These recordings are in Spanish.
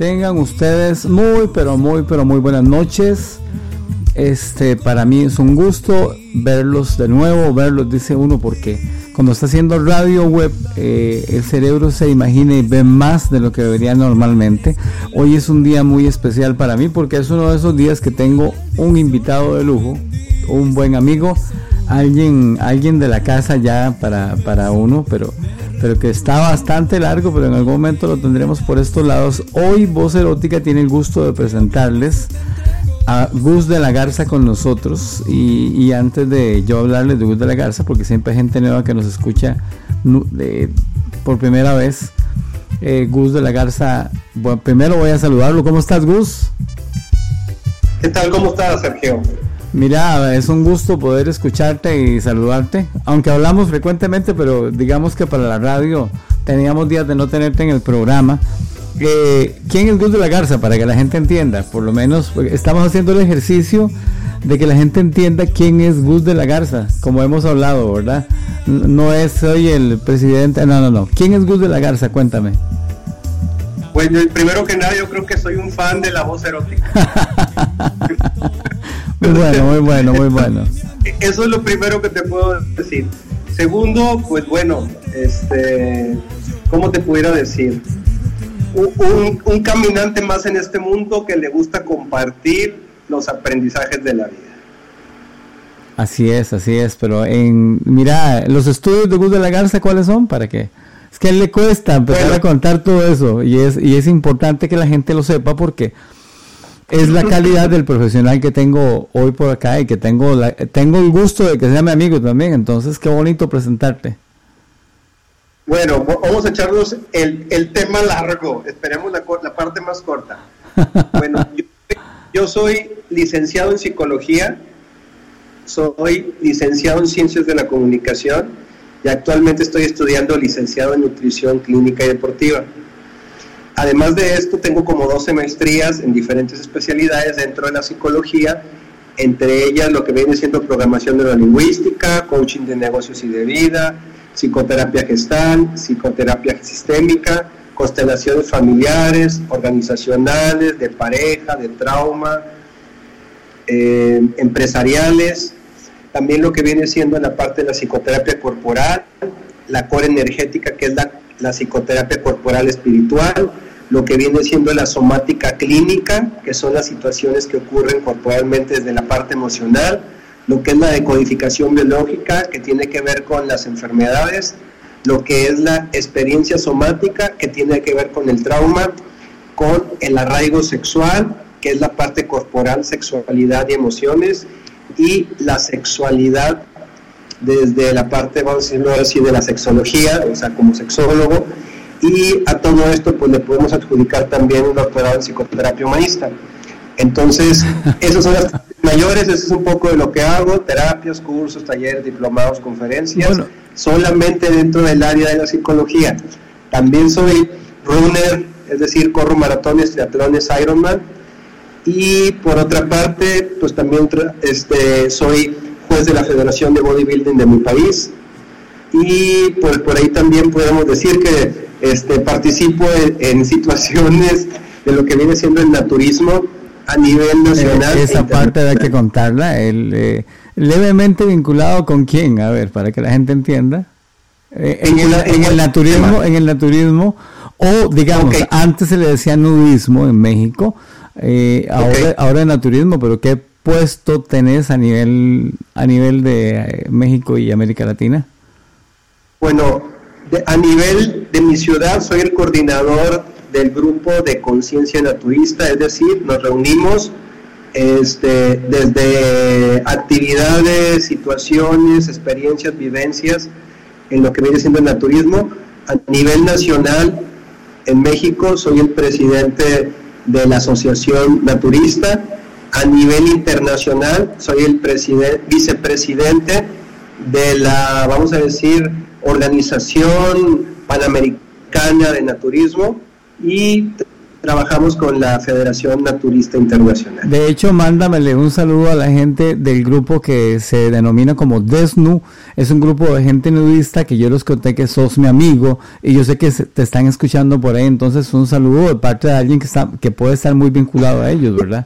Tengan ustedes muy, pero muy buenas noches. Para mí es un gusto verlos de nuevo, dice uno, porque cuando está haciendo radio web, el cerebro se imagina y ve más de lo que debería normalmente. Hoy es un día muy especial para mí porque es uno de esos días que tengo un invitado de lujo, un buen amigo, alguien de la casa ya para uno, pero que está bastante largo, pero en algún momento lo tendremos por estos lados. Hoy Voz Erótica tiene el gusto de presentarles a Gus de la Garza con nosotros, y antes de yo hablarles de Gus de la Garza, porque siempre hay gente nueva que nos escucha por primera vez, Gus de la Garza, bueno, primero voy a saludarlo. ¿Cómo estás, Gus? ¿Qué tal? ¿Cómo estás, Sergio? Mira, es un gusto poder escucharte y saludarte, aunque hablamos frecuentemente, pero digamos que para la radio teníamos días de no tenerte en el programa. ¿Quién es Gus de la Garza? Para que la gente entienda, por lo menos estamos haciendo el ejercicio de que la gente entienda quién es Gus de la Garza, como hemos hablado, ¿verdad? No es soy el presidente, no. ¿Quién es Gus de la Garza? Cuéntame. Bueno, primero que nada, yo creo que soy un fan de la Voz Erótica. Muy bueno. Eso es lo primero que te puedo decir. Segundo, pues bueno, ¿cómo te pudiera decir? Un caminante más en este mundo que le gusta compartir los aprendizajes de la vida. Así es, pero mira, los estudios de Gus de la Garza, ¿cuáles son? ¿Para qué? Es que a él le cuesta empezar a contar todo eso, y es importante que la gente lo sepa, porque es la calidad del profesional que tengo hoy por acá, y que tengo el gusto de que sea mi amigo también. Entonces, qué bonito presentarte. Bueno, vamos a echarnos el tema largo, esperemos la parte más corta. Bueno, yo soy licenciado en psicología, soy licenciado en ciencias de la comunicación y actualmente estoy estudiando licenciado en nutrición clínica y deportiva. Además de esto, tengo como 12 maestrías en diferentes especialidades dentro de la psicología, entre ellas lo que viene siendo programación neurolingüística, coaching de negocios y de vida, psicoterapia gestal, psicoterapia sistémica, constelaciones familiares, organizacionales, de pareja, de trauma, empresariales, también lo que viene siendo la parte de la psicoterapia corporal, la core energética, que es la psicoterapia corporal espiritual, lo que viene siendo la somática clínica, que son las situaciones que ocurren corporalmente desde la parte emocional, lo que es la decodificación biológica, que tiene que ver con las enfermedades, lo que es la experiencia somática, que tiene que ver con el trauma, con el arraigo sexual, que es la parte corporal, sexualidad y emociones, y la sexualidad desde la parte, vamos a decirlo así, de la sexología, o sea, como sexólogo, y a todo esto pues le podemos adjudicar también un doctorado en psicoterapia humanista. Entonces, esas son las mayores, eso es un poco de lo que hago: terapias, cursos, talleres, diplomados, conferencias, solamente dentro del área de la psicología. También soy runner, es decir, corro maratones, triatlones, Ironman, y por otra parte, pues también soy juez de la Federación de Bodybuilding de mi país, y por ahí también podemos decir que participo en situaciones de lo que viene siendo el naturismo a nivel nacional. Esa parte hay que contarla. Levemente vinculado con quién, a ver, para que la gente entienda. En el naturismo, o digamos, antes se le decía nudismo en México, ahora naturismo, pero ¿qué puesto tenés a nivel de México y América Latina? Bueno, a nivel de mi ciudad soy el coordinador del grupo de conciencia naturista, es decir, nos reunimos desde actividades, situaciones, experiencias, vivencias en lo que viene siendo el naturismo. A nivel nacional, en México, soy el presidente de la Asociación Naturista. A nivel internacional, soy el vicepresidente de la, vamos a decir, Organización Panamericana de Naturismo, y trabajamos con la Federación Naturista Internacional. De hecho, mándamele un saludo a la gente del grupo que se denomina como Desnu. Es un grupo de gente nudista que yo les conté que sos mi amigo y yo sé que te están escuchando por ahí. Entonces, un saludo de parte de alguien que puede estar muy vinculado a ellos, ¿verdad?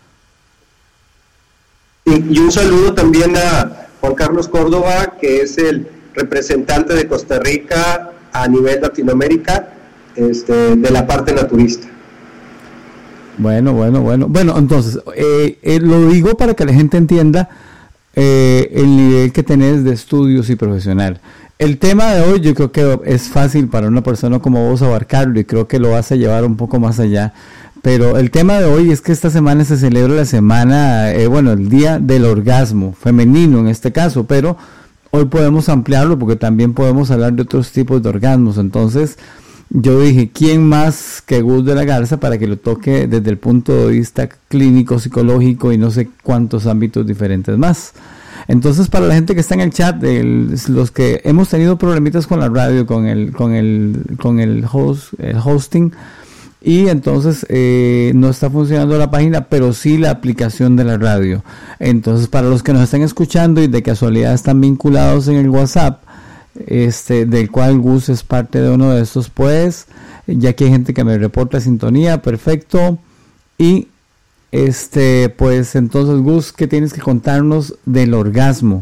Y un saludo también a Juan Carlos Córdoba, que es el representante de Costa Rica a nivel Latinoamérica, de la parte naturista. Bueno, entonces, lo digo para que la gente entienda el nivel que tenés de estudios y profesional. El tema de hoy yo creo que es fácil para una persona como vos abarcarlo y creo que lo vas a llevar un poco más allá. Pero el tema de hoy es que esta semana se celebra la semana, el Día del Orgasmo Femenino en este caso, pero hoy podemos ampliarlo porque también podemos hablar de otros tipos de orgasmos. Entonces, yo dije, ¿quién más que Gus de la Garza para que lo toque desde el punto de vista clínico, psicológico y no sé cuántos ámbitos diferentes más? Entonces, para la gente que está en el chat, los que hemos tenido problemitas con la radio, con el hosting, y entonces no está funcionando la página, pero sí la aplicación de la radio. Entonces, para los que nos están escuchando y de casualidad están vinculados en el WhatsApp, del cual Gus es parte de uno de estos, pues ya que hay gente que me reporta sintonía, perfecto. Y pues entonces, Gus, ¿qué tienes que contarnos del orgasmo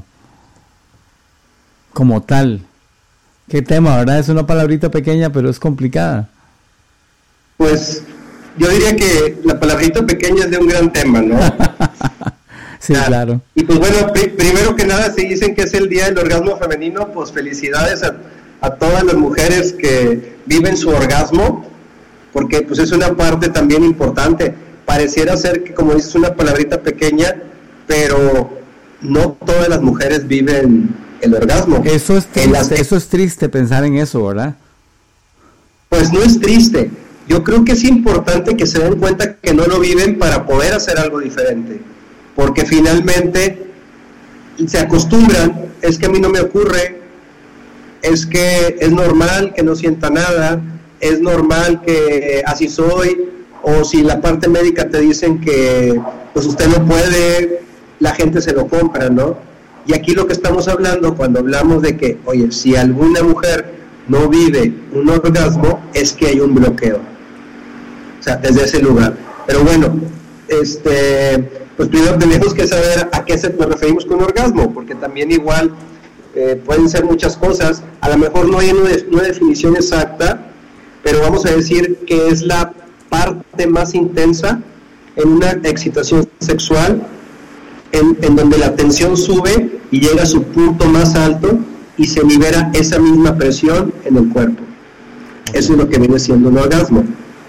como tal? ¿Qué tema, verdad? Es una palabrita pequeña, pero es complicada. Pues yo diría que la palabrita pequeña es de un gran tema, ¿no? Sí, claro. Y pues bueno, primero que nada, si dicen que es el Día del Orgasmo Femenino, pues felicidades a todas las mujeres que viven su orgasmo, porque pues es una parte también importante. Pareciera ser que, como dices, una palabrita pequeña, pero no todas las mujeres viven el orgasmo. Eso es triste pensar en eso, ¿verdad? Pues no es triste. Yo creo que es importante que se den cuenta que no lo viven para poder hacer algo diferente, porque finalmente se acostumbran, es que a mí no me ocurre, es que es normal que no sienta nada, es normal que así soy, o si la parte médica te dicen que pues usted no puede, la gente se lo compra, ¿no? Y aquí lo que estamos hablando cuando hablamos de que, oye, si alguna mujer no vive un orgasmo, es que hay un bloqueo, o sea, desde ese lugar. Pero bueno, pues primero tenemos que saber a qué nos referimos con orgasmo, porque también igual pueden ser muchas cosas. A lo mejor no hay una definición exacta, pero vamos a decir que es la parte más intensa en una excitación sexual, en donde la tensión sube y llega a su punto más alto y se libera esa misma presión en el cuerpo. Eso es lo que viene siendo un orgasmo.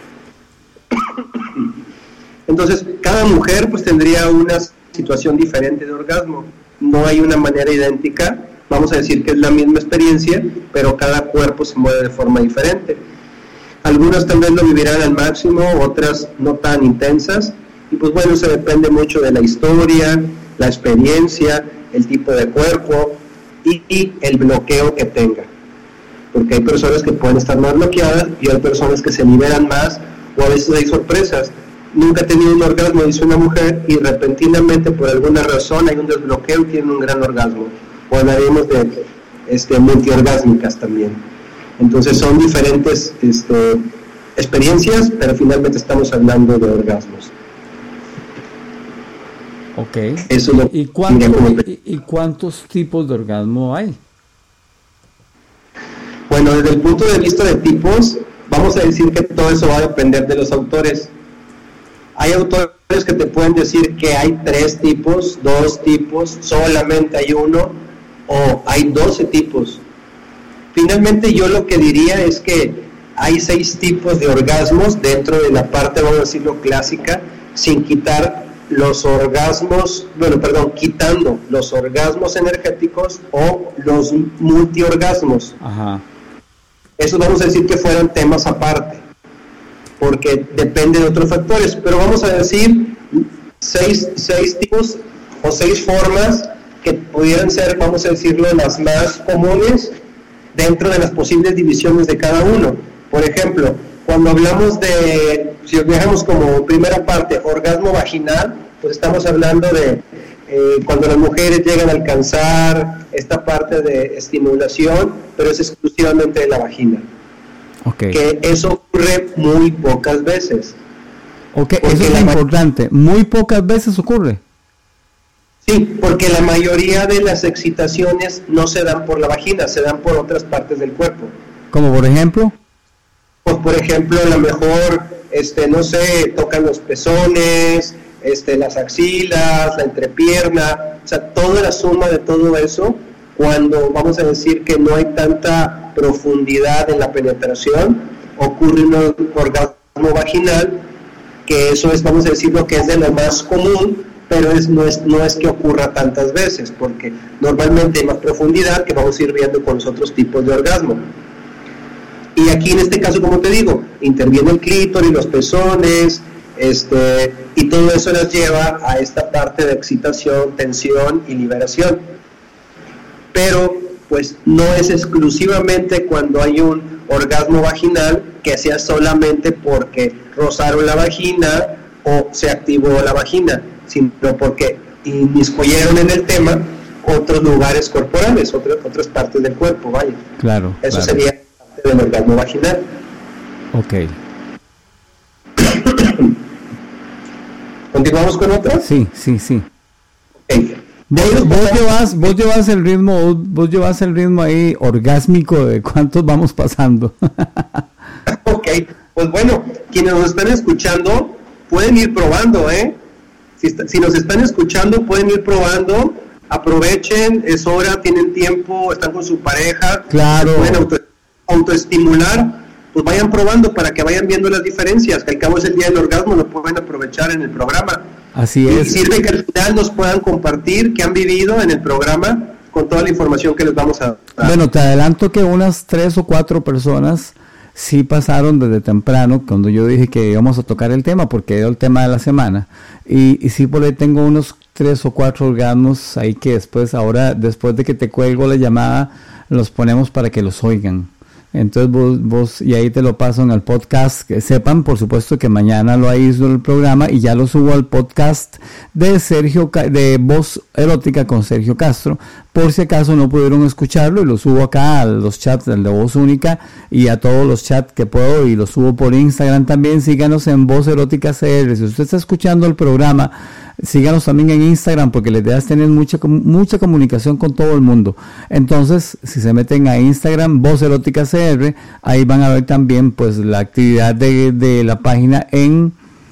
Entonces, cada mujer pues tendría una situación diferente de orgasmo. No hay una manera idéntica. Vamos a decir que es la misma experiencia, pero cada cuerpo se mueve de forma diferente. Algunas tal vez lo vivirán al máximo, otras no tan intensas. Y pues bueno, se depende mucho de la historia, la experiencia, el tipo de cuerpo y el bloqueo que tenga. Porque hay personas que pueden estar más bloqueadas y hay personas que se liberan más, o a veces hay sorpresas. Nunca he tenido un orgasmo, dice una mujer, y repentinamente por alguna razón hay un desbloqueo y tiene un gran orgasmo. O hablaremos de multiorgásmicas también. Entonces son diferentes experiencias, pero finalmente estamos hablando de orgasmos. Ok. Eso es lo ¿Y cuántos tipos de orgasmo hay? Bueno, desde el punto de vista de tipos, vamos a decir que todo eso va a depender de los autores. Hay autores que te pueden decir que hay 3 tipos, 2 tipos, solamente hay uno, o hay 12 tipos. Finalmente yo lo que diría es que hay 6 tipos de orgasmos dentro de la parte, vamos a decirlo, clásica, sin quitar los orgasmos, quitando los orgasmos energéticos o los multiorgasmos. Ajá. Eso vamos a decir que fueran temas aparte, porque depende de otros factores, pero vamos a decir 6 tipos o 6 formas que pudieran ser, vamos a decirlo, las más comunes dentro de las posibles divisiones de cada uno. Por ejemplo, cuando hablamos de si dejamos como primera parte orgasmo vaginal, pues estamos hablando de cuando las mujeres llegan a alcanzar esta parte de estimulación, pero es exclusivamente de la vagina. Okay. Que eso ocurre muy pocas veces. Okay, eso es importante. Muy pocas veces ocurre. Sí, porque la mayoría de las excitaciones no se dan por la vagina, se dan por otras partes del cuerpo. ¿Como por ejemplo? Pues por ejemplo, a lo mejor, no sé, tocan los pezones, las axilas, la entrepierna, o sea, toda la suma de todo eso, cuando vamos a decir que no hay tanta profundidad en la penetración, ocurre un orgasmo vaginal, que eso es, vamos a decir, lo que es de lo más común, pero no es que ocurra tantas veces, porque normalmente hay más profundidad que vamos a ir viendo con los otros tipos de orgasmo. Y aquí en este caso, como te digo, interviene el clítoris, los pezones, y todo eso las lleva a esta parte de excitación, tensión y liberación. Pero pues no es exclusivamente cuando hay un orgasmo vaginal que sea solamente porque rozaron la vagina o se activó la vagina, sino porque inmiscuyeron en el tema otros lugares corporales, otras partes del cuerpo, vaya. Claro. Eso sería parte del orgasmo vaginal. Ok. ¿Continuamos con otra? Sí. Okay. Vos llevas el ritmo ahí orgásmico de cuántos vamos pasando. Ok, pues bueno, quienes nos están escuchando pueden ir probando, si nos están escuchando pueden ir probando, aprovechen, es hora, tienen tiempo, están con su pareja, claro, pueden autoestimular, pues vayan probando para que vayan viendo las diferencias, que al cabo es el día del orgasmo, lo pueden aprovechar en el programa. Así es. Y sirve que al final nos puedan compartir qué han vivido en el programa con toda la información que les vamos a dar. Bueno, te adelanto que unas 3 o 4 personas sí pasaron desde temprano, cuando yo dije que íbamos a tocar el tema, porque era el tema de la semana. Y sí, por ahí tengo unos 3 o 4 orgasmos ahí que después de que te cuelgo la llamada, los ponemos para que los oigan. Entonces vos y ahí te lo paso en el podcast, que sepan por supuesto que mañana lo hizo el programa y ya lo subo al podcast de Voz Erótica con Sergio Castro, por si acaso no pudieron escucharlo, y lo subo acá a los chats del de Voz Única y a todos los chats que puedo, y lo subo por Instagram también. Síganos en Voz Erótica CR. Si usted está escuchando el programa, síganos también en Instagram, porque la idea es tener mucha comunicación con todo el mundo. Entonces, si se meten a Instagram, Voz Erótica CR, ahí van a ver también pues la actividad de la página en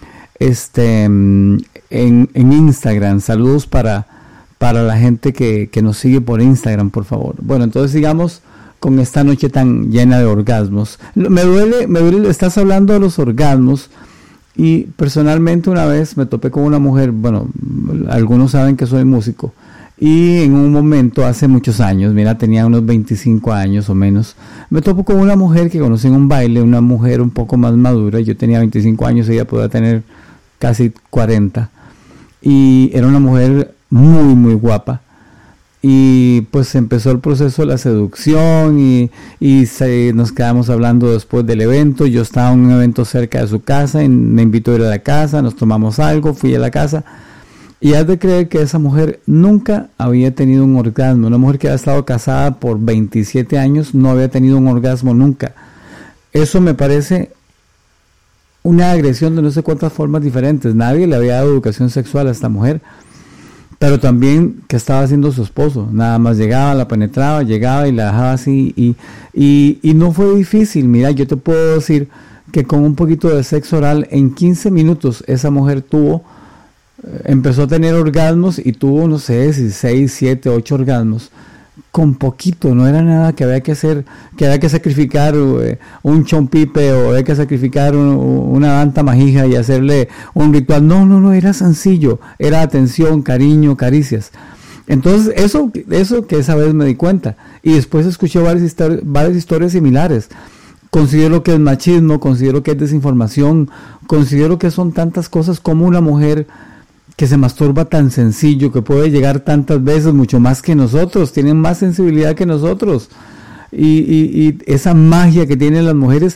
Instagram. Saludos para la gente que nos sigue por Instagram, por favor. Bueno, entonces sigamos con esta noche tan llena de orgasmos. Me duele, estás hablando de los orgasmos. Y personalmente una vez me topé con una mujer, bueno, algunos saben que soy músico, y en un momento hace muchos años, mira, tenía unos 25 años o menos, me topo con una mujer que conocí en un baile, una mujer un poco más madura. Yo tenía 25 años, ella podía tener casi 40, y era una mujer muy, muy guapa. Y pues empezó el proceso de la seducción y nos quedamos hablando después del evento. Yo estaba en un evento cerca de su casa y me invitó a ir a la casa, nos tomamos algo, fui a la casa, y has de creer que esa mujer nunca había tenido un orgasmo. Una mujer que había estado casada por 27 años no había tenido un orgasmo nunca. Eso me parece una agresión de no sé cuántas formas diferentes. Nadie le había dado educación sexual a esta mujer. Pero también, ¿qué estaba haciendo su esposo? Nada más llegaba, la penetraba, llegaba y la dejaba así. Y no fue difícil. Mira, yo te puedo decir que con un poquito de sexo oral, en 15 minutos esa mujer empezó a tener orgasmos, y tuvo, no sé, 6, 7, 8 orgasmos. Con poquito, no era nada que había que hacer, que había que sacrificar un chompipe, o había que sacrificar una danta majija y hacerle un ritual. No, era sencillo, era atención, cariño, caricias. Entonces eso que esa vez me di cuenta, y después escuché varias historias similares. Considero que es machismo, considero que es desinformación, considero que son tantas cosas, como una mujer que se masturba tan sencillo, que puede llegar tantas veces, mucho más que nosotros, tienen más sensibilidad que nosotros, y esa magia que tienen las mujeres,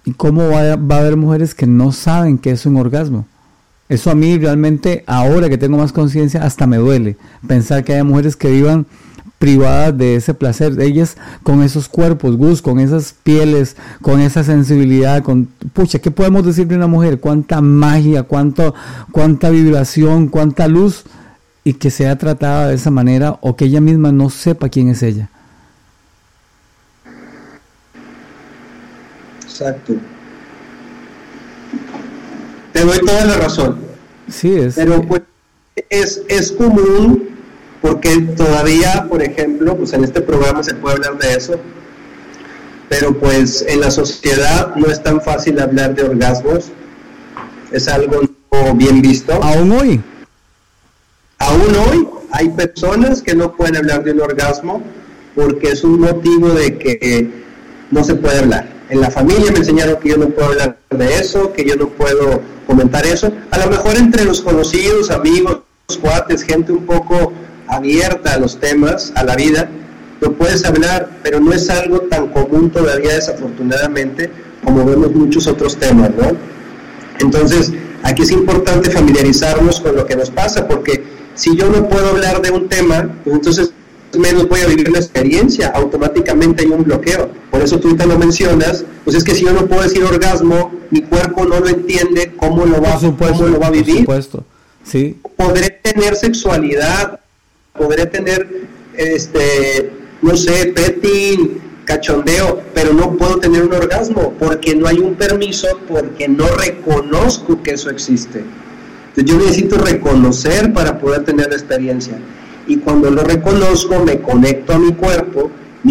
¿Y cómo va a haber mujeres que no saben qué es un orgasmo? Eso a mí realmente, ahora que tengo más conciencia, hasta me duele pensar que haya mujeres que vivan privadas de ese placer. Ellas con esos cuerpos, Gus, con esas pieles, con esa sensibilidad, pucha, ¿qué podemos decir de una mujer? Cuánta magia, cuánta vibración, cuánta luz, y que sea tratada de esa manera, o que ella misma no sepa quién es ella. Exacto. Te doy toda la razón. Sí, pero pues es común, porque todavía, por ejemplo, pues en este programa se puede hablar de eso, pero pues en la sociedad no es tan fácil hablar de orgasmos. Es algo no bien visto. Aún hoy hay personas que no pueden hablar de un orgasmo porque es un motivo de que no se puede hablar. En la familia me enseñaron que yo no puedo hablar de eso, que yo no puedo comentar eso. A lo mejor entre los conocidos, amigos, cuates, gente un poco abierta a los temas, a la vida, lo puedes hablar, pero no es algo tan común todavía, desafortunadamente, como vemos muchos otros temas, ¿no? Entonces, aquí es importante familiarizarnos con lo que nos pasa, porque si yo no puedo hablar de un tema, pues entonces menos voy a vivir la experiencia, automáticamente hay un bloqueo. Por eso tú ahorita lo mencionas, pues es que si yo no puedo decir orgasmo, mi cuerpo no lo entiende, ¿cómo lo va a vivir? Por supuesto, sí. Podré tener sexualidad, podré tener, no sé, petting, cachondeo, pero no puedo tener un orgasmo, porque no hay un permiso, porque no reconozco que eso existe. Entonces yo necesito reconocer para poder tener la experiencia. Y cuando lo reconozco, me conecto a mi cuerpo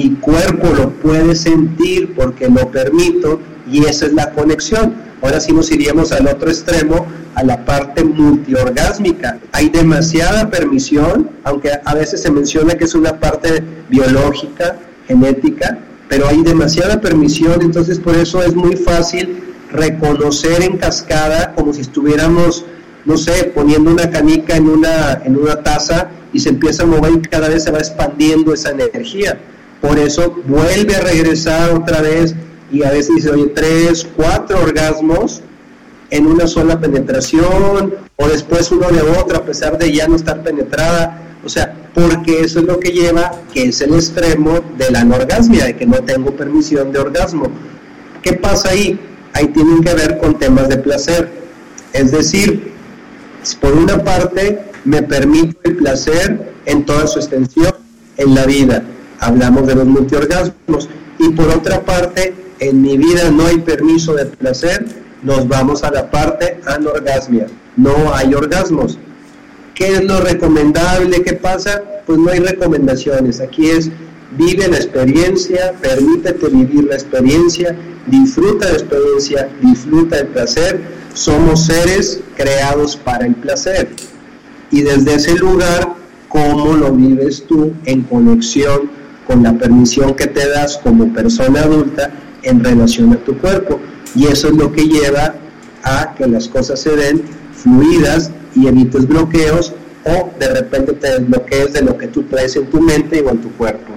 lo puede sentir porque lo permito, y esa es la conexión. Ahora sí nos iríamos al otro extremo, a la parte multiorgásmica. Hay demasiada permisión, aunque a veces se menciona que es una parte biológica, genética, pero hay demasiada permisión, entonces por eso es muy fácil reconocer en cascada, como si estuviéramos, no sé, poniendo una canica en una taza, y se empieza a mover y cada vez se va expandiendo esa energía. Por eso vuelve a regresar otra vez, y a veces dice, oye, 3, 4 orgasmos en una sola penetración, o después uno de otro, a pesar de ya no estar penetrada. O sea, porque eso es lo que lleva, que es el extremo de la anorgasmia, de que no tengo permisión de orgasmo. ¿Qué pasa ahí? Ahí tienen que ver con temas de placer. Es decir, por una parte, me permito el placer en toda su extensión en la vida. Hablamos de los multiorgasmos. Y por otra parte, en mi vida no hay permiso de placer, nos vamos a la parte anorgasmia. No hay orgasmos. ¿Qué es lo recomendable? ¿Qué pasa? Pues no hay recomendaciones. Aquí es, vive la experiencia, permítete vivir la experiencia, disfruta la experiencia, disfruta el placer. Somos seres creados para el placer. Y desde ese lugar, ¿cómo lo vives tú en conexión con la permisión que te das como persona adulta en relación a tu cuerpo? Y eso es lo que lleva a que las cosas se den fluidas y evites bloqueos, o de repente te desbloquees de lo que tú traes en tu mente o en tu cuerpo.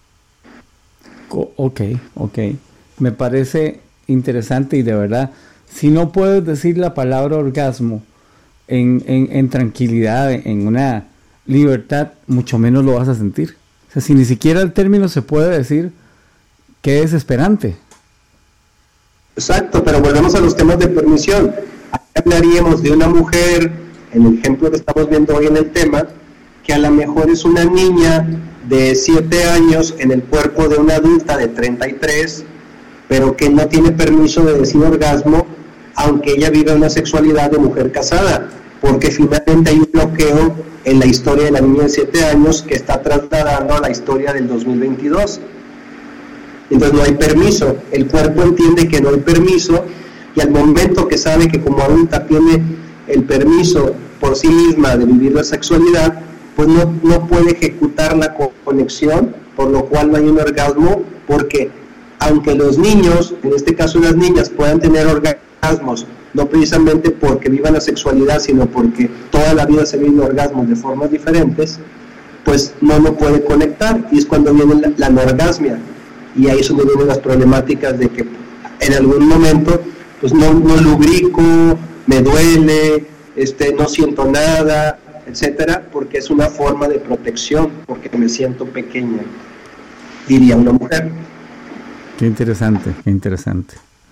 Ok. Me parece interesante, y de verdad, si no puedes decir la palabra orgasmo en tranquilidad, en una libertad, mucho menos lo vas a sentir. O sea, si ni siquiera el término se puede decir, qué desesperante. Exacto, pero volvemos a los temas de permisión. Aquí hablaríamos de una mujer, en el ejemplo que estamos viendo hoy en el tema, que a lo mejor es una niña de 7 años en el cuerpo de una adulta de 33, pero que no tiene permiso de decir orgasmo, aunque ella vive una sexualidad de mujer casada, porque finalmente hay un bloqueo en la historia de la niña de 7 años que está trasladando a la historia del 2022. Entonces no hay permiso, el cuerpo entiende que no hay permiso, y al momento que sabe que como adulta tiene el permiso por sí misma de vivir la sexualidad, pues no puede ejecutar la conexión, por lo cual no hay un orgasmo, porque aunque los niños, en este caso las niñas, puedan tener orgasmos, no precisamente porque vivan la sexualidad, sino porque toda la vida se viven orgasmos de formas diferentes, pues no lo puede conectar, y es cuando viene la anorgasmia. Y ahí es donde vienen las problemáticas de que en algún momento pues no lubrico, me duele, no siento nada, etcétera, porque es una forma de protección, porque me siento pequeña, diría una mujer. Qué interesante, qué interesante.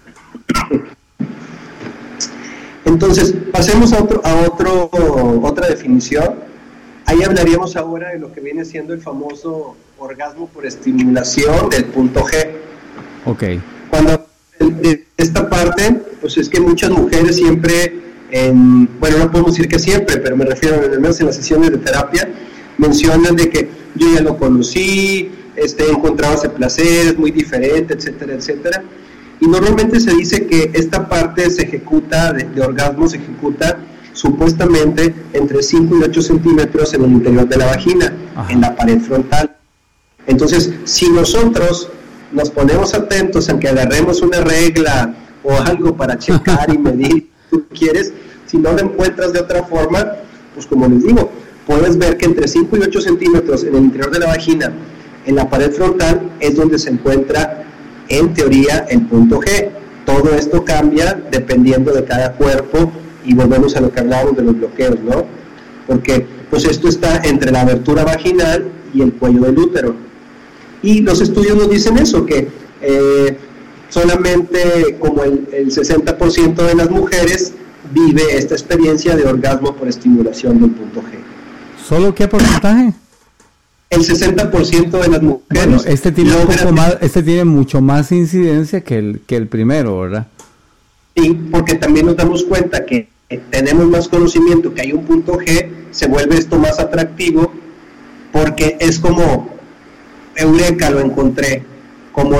Entonces, pasemos a otra definición. Ahí hablaríamos ahora de lo que viene siendo el famoso orgasmo por estimulación del punto G. Ok. Cuando de esta parte, pues es que muchas mujeres siempre, bueno, no podemos decir que siempre, pero me refiero al menos en las sesiones de terapia, mencionan de que yo ya lo conocí, he encontrado ese placer, es muy diferente, etcétera, etcétera. Y normalmente se dice que esta parte se ejecuta, de orgasmo se ejecuta supuestamente entre 5 y 8 centímetros en el interior de la vagina, ajá, en la pared frontal. Entonces, si nosotros nos ponemos atentos en que agarremos una regla o algo para checar y medir, tú quieres, si no lo encuentras de otra forma, pues como les digo, puedes ver que entre 5 y 8 centímetros en el interior de la vagina, en la pared frontal, es donde se encuentra, en teoría, el punto G. Todo esto cambia dependiendo de cada cuerpo, y volvemos a lo que hablábamos de los bloqueos, ¿no? Porque pues esto está entre la abertura vaginal y el cuello del útero. Y los estudios nos dicen eso, que solamente como el 60% de las mujeres vive esta experiencia de orgasmo por estimulación del punto G. ¿Solo qué porcentaje? El 60% de las mujeres. Bueno, este tiene mucho más incidencia que el primero, ¿verdad? Sí, porque también nos damos cuenta que tenemos más conocimiento que hay un punto G, se vuelve esto más atractivo, porque es como, eureka, lo encontré, como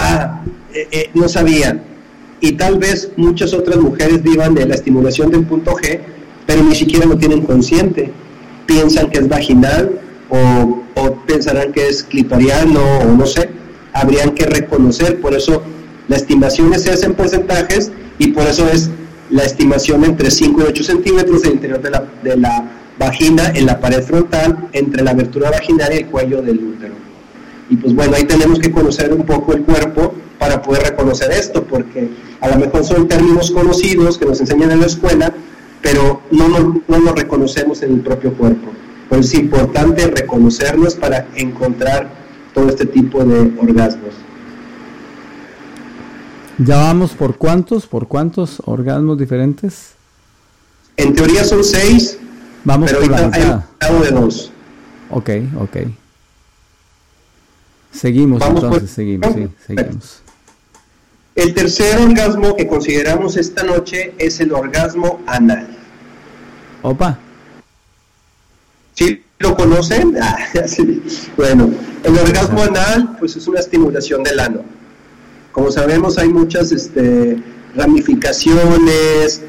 no sabía. Y tal vez muchas otras mujeres vivan de la estimulación del punto G, pero ni siquiera lo tienen consciente. Piensan que es vaginal, o pensarán que es clitoriano, o no sé. Habrían que reconocer, por eso la estimación se hace en porcentajes, y por eso es la estimación entre 5 y 8 centímetros del interior de la vagina, en la pared frontal, entre la abertura vaginal y el cuello del útero. Y pues bueno, ahí tenemos que conocer un poco el cuerpo para poder reconocer esto, porque a lo mejor son términos conocidos que nos enseñan en la escuela, pero no nos reconocemos en el propio cuerpo. Pues es importante reconocernos para encontrar todo este tipo de orgasmos. ¿Ya vamos por cuántos orgasmos diferentes? En teoría son 6, vamos, pero ahorita hay un grado de 2. Ok. Seguimos. Vamos entonces, seguimos. El tercer orgasmo que consideramos esta noche es el orgasmo anal. Opa. ¿Sí lo conocen? Sí. Bueno, el orgasmo anal pues es una estimulación del ano. Como sabemos, hay muchas ramificaciones,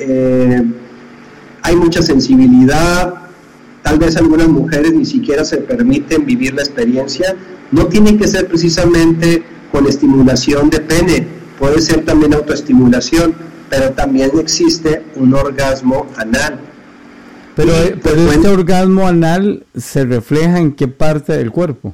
hay mucha sensibilidad. Tal vez algunas mujeres ni siquiera se permiten vivir la experiencia. No tiene que ser precisamente con estimulación de pene, puede ser también autoestimulación, pero también existe un orgasmo anal. Pero este orgasmo anal se refleja en qué parte del cuerpo.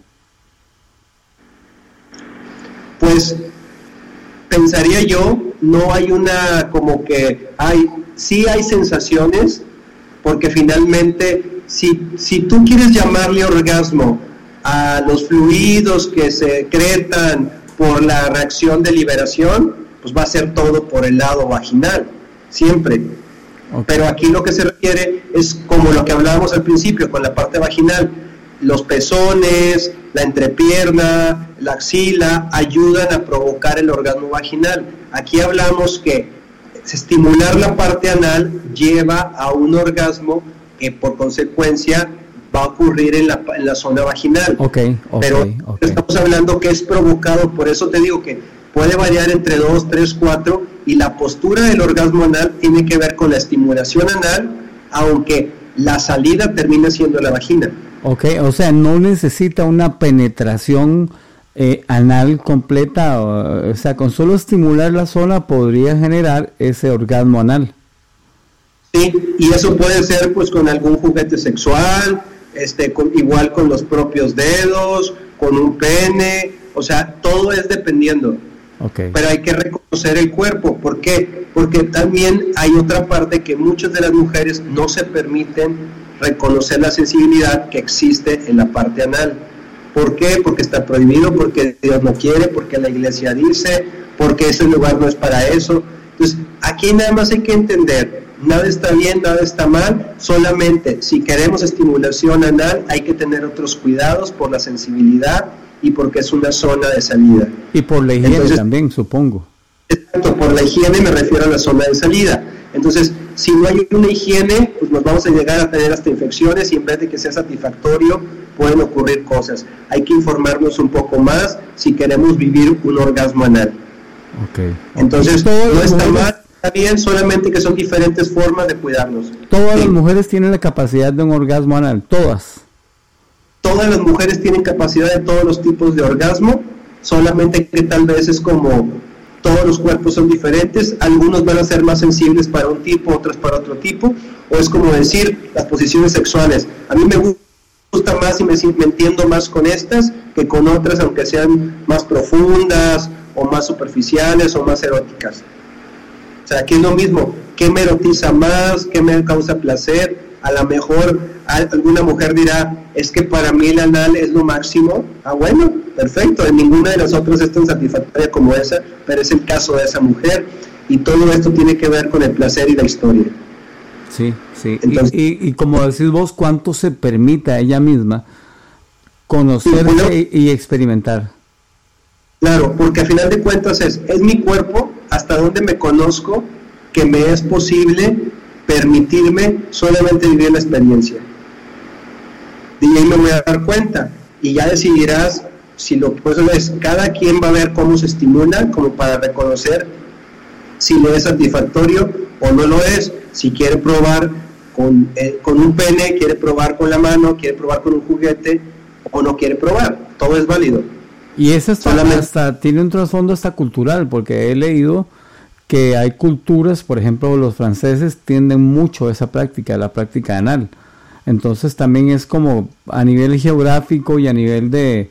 Pues pensaría yo, no hay una como que sí hay sensaciones, porque finalmente si tú quieres llamarle orgasmo a los fluidos que se secretan por la reacción de liberación, pues va a ser todo por el lado vaginal, siempre. Okay. Pero aquí lo que se requiere es como lo que hablábamos al principio con la parte vaginal, los pezones, la entrepierna, la axila, ayudan a provocar el orgasmo vaginal. Aquí hablamos que estimular la parte anal lleva a un orgasmo que por consecuencia va a ocurrir en la zona vaginal. Pero estamos hablando que es provocado, por eso te digo que puede variar entre 2, 3, 4, y la postura del orgasmo anal tiene que ver con la estimulación anal, aunque la salida termina siendo la vagina. O sea, no necesita una penetración anal completa, o sea, con solo estimular la zona podría generar ese orgasmo anal. Sí, y eso puede ser pues con algún juguete sexual, igual con los propios dedos, con un pene, o sea, todo es dependiendo. Okay. Pero hay que reconocer el cuerpo. ¿Por qué? Porque también hay otra parte que muchas de las mujeres no se permiten reconocer la sensibilidad que existe en la parte anal. ¿Por qué? Porque está prohibido, porque Dios no quiere, porque la iglesia dice, porque ese lugar no es para eso. Entonces, aquí nada más hay que entender, nada está bien, nada está mal, solamente si queremos estimulación anal hay que tener otros cuidados por la sensibilidad y porque es una zona de salida. Y por la higiene. Entonces, también, supongo. Exacto, por la higiene me refiero a la zona de salida. Entonces, si no hay una higiene, pues nos vamos a llegar a tener hasta infecciones y en vez de que sea satisfactorio, pueden ocurrir cosas. Hay que informarnos un poco más si queremos vivir un orgasmo anal. Okay. Entonces, no está mal, está bien, solamente que son diferentes formas de cuidarnos. Todas las mujeres tienen la capacidad de un orgasmo anal, todas. Todas las mujeres tienen capacidad de todos los tipos de orgasmo, solamente que tal vez es como todos los cuerpos son diferentes, algunos van a ser más sensibles para un tipo, otros para otro tipo, o es como decir las posiciones sexuales. A mí me gusta más y me entiendo más con estas que con otras, aunque sean más profundas o más superficiales o más eróticas. O sea, aquí es lo mismo, ¿qué me erotiza más? ¿Qué me causa placer? A lo mejor alguna mujer dirá, es que para mí el anal es lo máximo. Ah, bueno, perfecto, en ninguna de las otras es tan satisfactoria como esa, pero es el caso de esa mujer, y todo esto tiene que ver con el placer y la historia. Sí, sí. Entonces, y como decís vos, ¿cuánto se permite a ella misma conocerse y experimentar? Claro, porque a final de cuentas es mi cuerpo, hasta donde me conozco, que me es posible permitirme solamente vivir la experiencia. Y ahí me voy a dar cuenta, y ya decidirás si lo que es, cada quien va a ver cómo se estimula, como para reconocer si le es satisfactorio o no lo es, si quiere probar con un pene, quiere probar con la mano, quiere probar con un juguete, o no quiere probar, todo es válido. Y eso hasta tiene un trasfondo hasta cultural, porque he leído que hay culturas, por ejemplo, los franceses tienden mucho a esa práctica, la práctica anal. Entonces también es como a nivel geográfico y a nivel de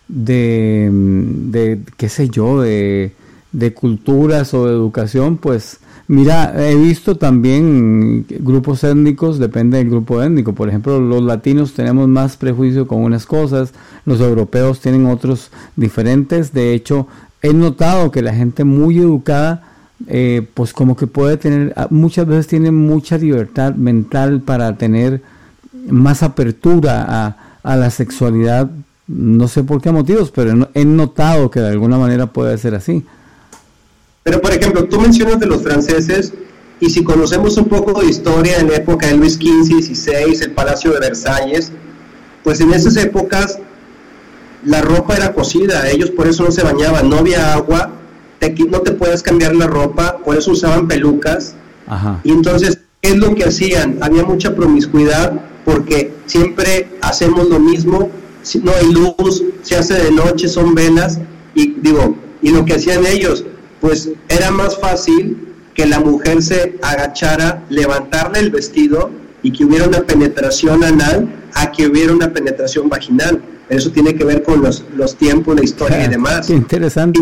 qué sé yo, de culturas o de educación, pues mira, he visto también grupos étnicos, depende del grupo étnico. Por ejemplo, los latinos tenemos más prejuicio con unas cosas, los europeos tienen otros diferentes. De hecho, he notado que la gente muy educada pues como que puede tener, muchas veces tiene mucha libertad mental para tener más apertura a la sexualidad, no sé por qué motivos, pero he notado que de alguna manera puede ser así. Pero por ejemplo, tú mencionas de los franceses, y si conocemos un poco de historia en la época de Luis XV, XVI, el Palacio de Versalles, pues en esas épocas la ropa era cosida, ellos por eso no se bañaban, no había agua, no te puedes cambiar la ropa, por eso usaban pelucas. Ajá. Y entonces, ¿qué es lo que hacían? Había mucha promiscuidad, porque siempre hacemos lo mismo, si no hay luz, se hace de noche, son velas, y lo que hacían ellos, pues era más fácil que la mujer se agachara, levantarle el vestido y que hubiera una penetración anal a que hubiera una penetración vaginal. Eso tiene que ver con los tiempos, la historia y demás. Qué interesante.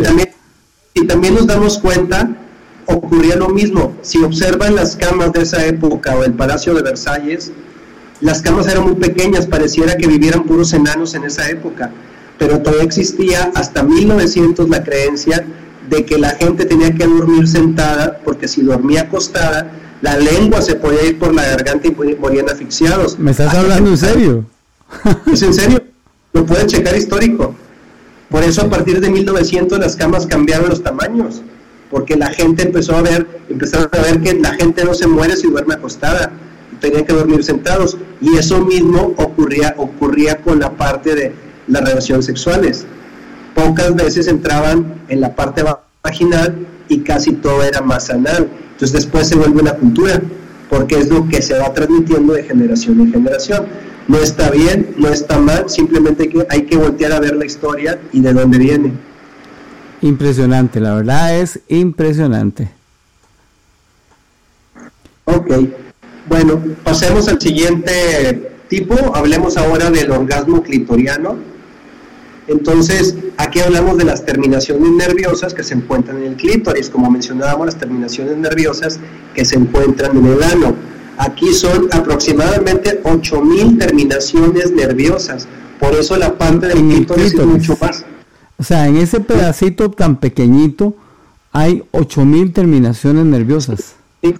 Y también nos damos cuenta, ocurría lo mismo. Si observan las camas de esa época o el Palacio de Versalles, las camas eran muy pequeñas, pareciera que vivieran puros enanos en esa época, pero todavía existía hasta 1900 la creencia de que la gente tenía que dormir sentada, porque si dormía acostada, la lengua se podía ir por la garganta y morían asfixiados. ¿Me estás hablando en serio? ¿Es en serio? Lo pueden checar histórico. Por eso a partir de 1900 las camas cambiaron los tamaños, porque la gente empezaron a ver que la gente no se muere si duerme acostada, tenían que dormir sentados, y eso mismo ocurría con la parte de las relaciones sexuales. Pocas veces entraban en la parte vaginal y casi todo era más anal. Entonces después se vuelve una cultura, porque es lo que se va transmitiendo de generación en generación. No está bien, no está mal, simplemente hay que voltear a ver la historia y de dónde viene. Impresionante, la verdad es impresionante. Ok, bueno, pasemos al siguiente tipo, hablemos ahora del orgasmo clitoriano. Entonces, aquí hablamos de las terminaciones nerviosas que se encuentran en el clítoris, como mencionábamos, las terminaciones nerviosas que se encuentran en el ano. Aquí son aproximadamente 8,000 terminaciones nerviosas, por eso la parte del clítoris es mucho más. O sea, en ese pedacito tan pequeñito hay 8,000 terminaciones nerviosas. Sí.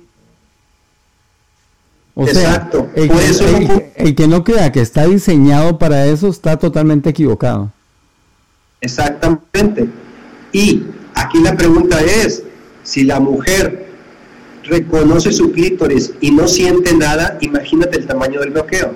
O exacto. Sea, el que no crea que está diseñado para eso está totalmente equivocado. Exactamente. Y aquí la pregunta es, si la mujer reconoce su clítoris y no siente nada, imagínate el tamaño del bloqueo.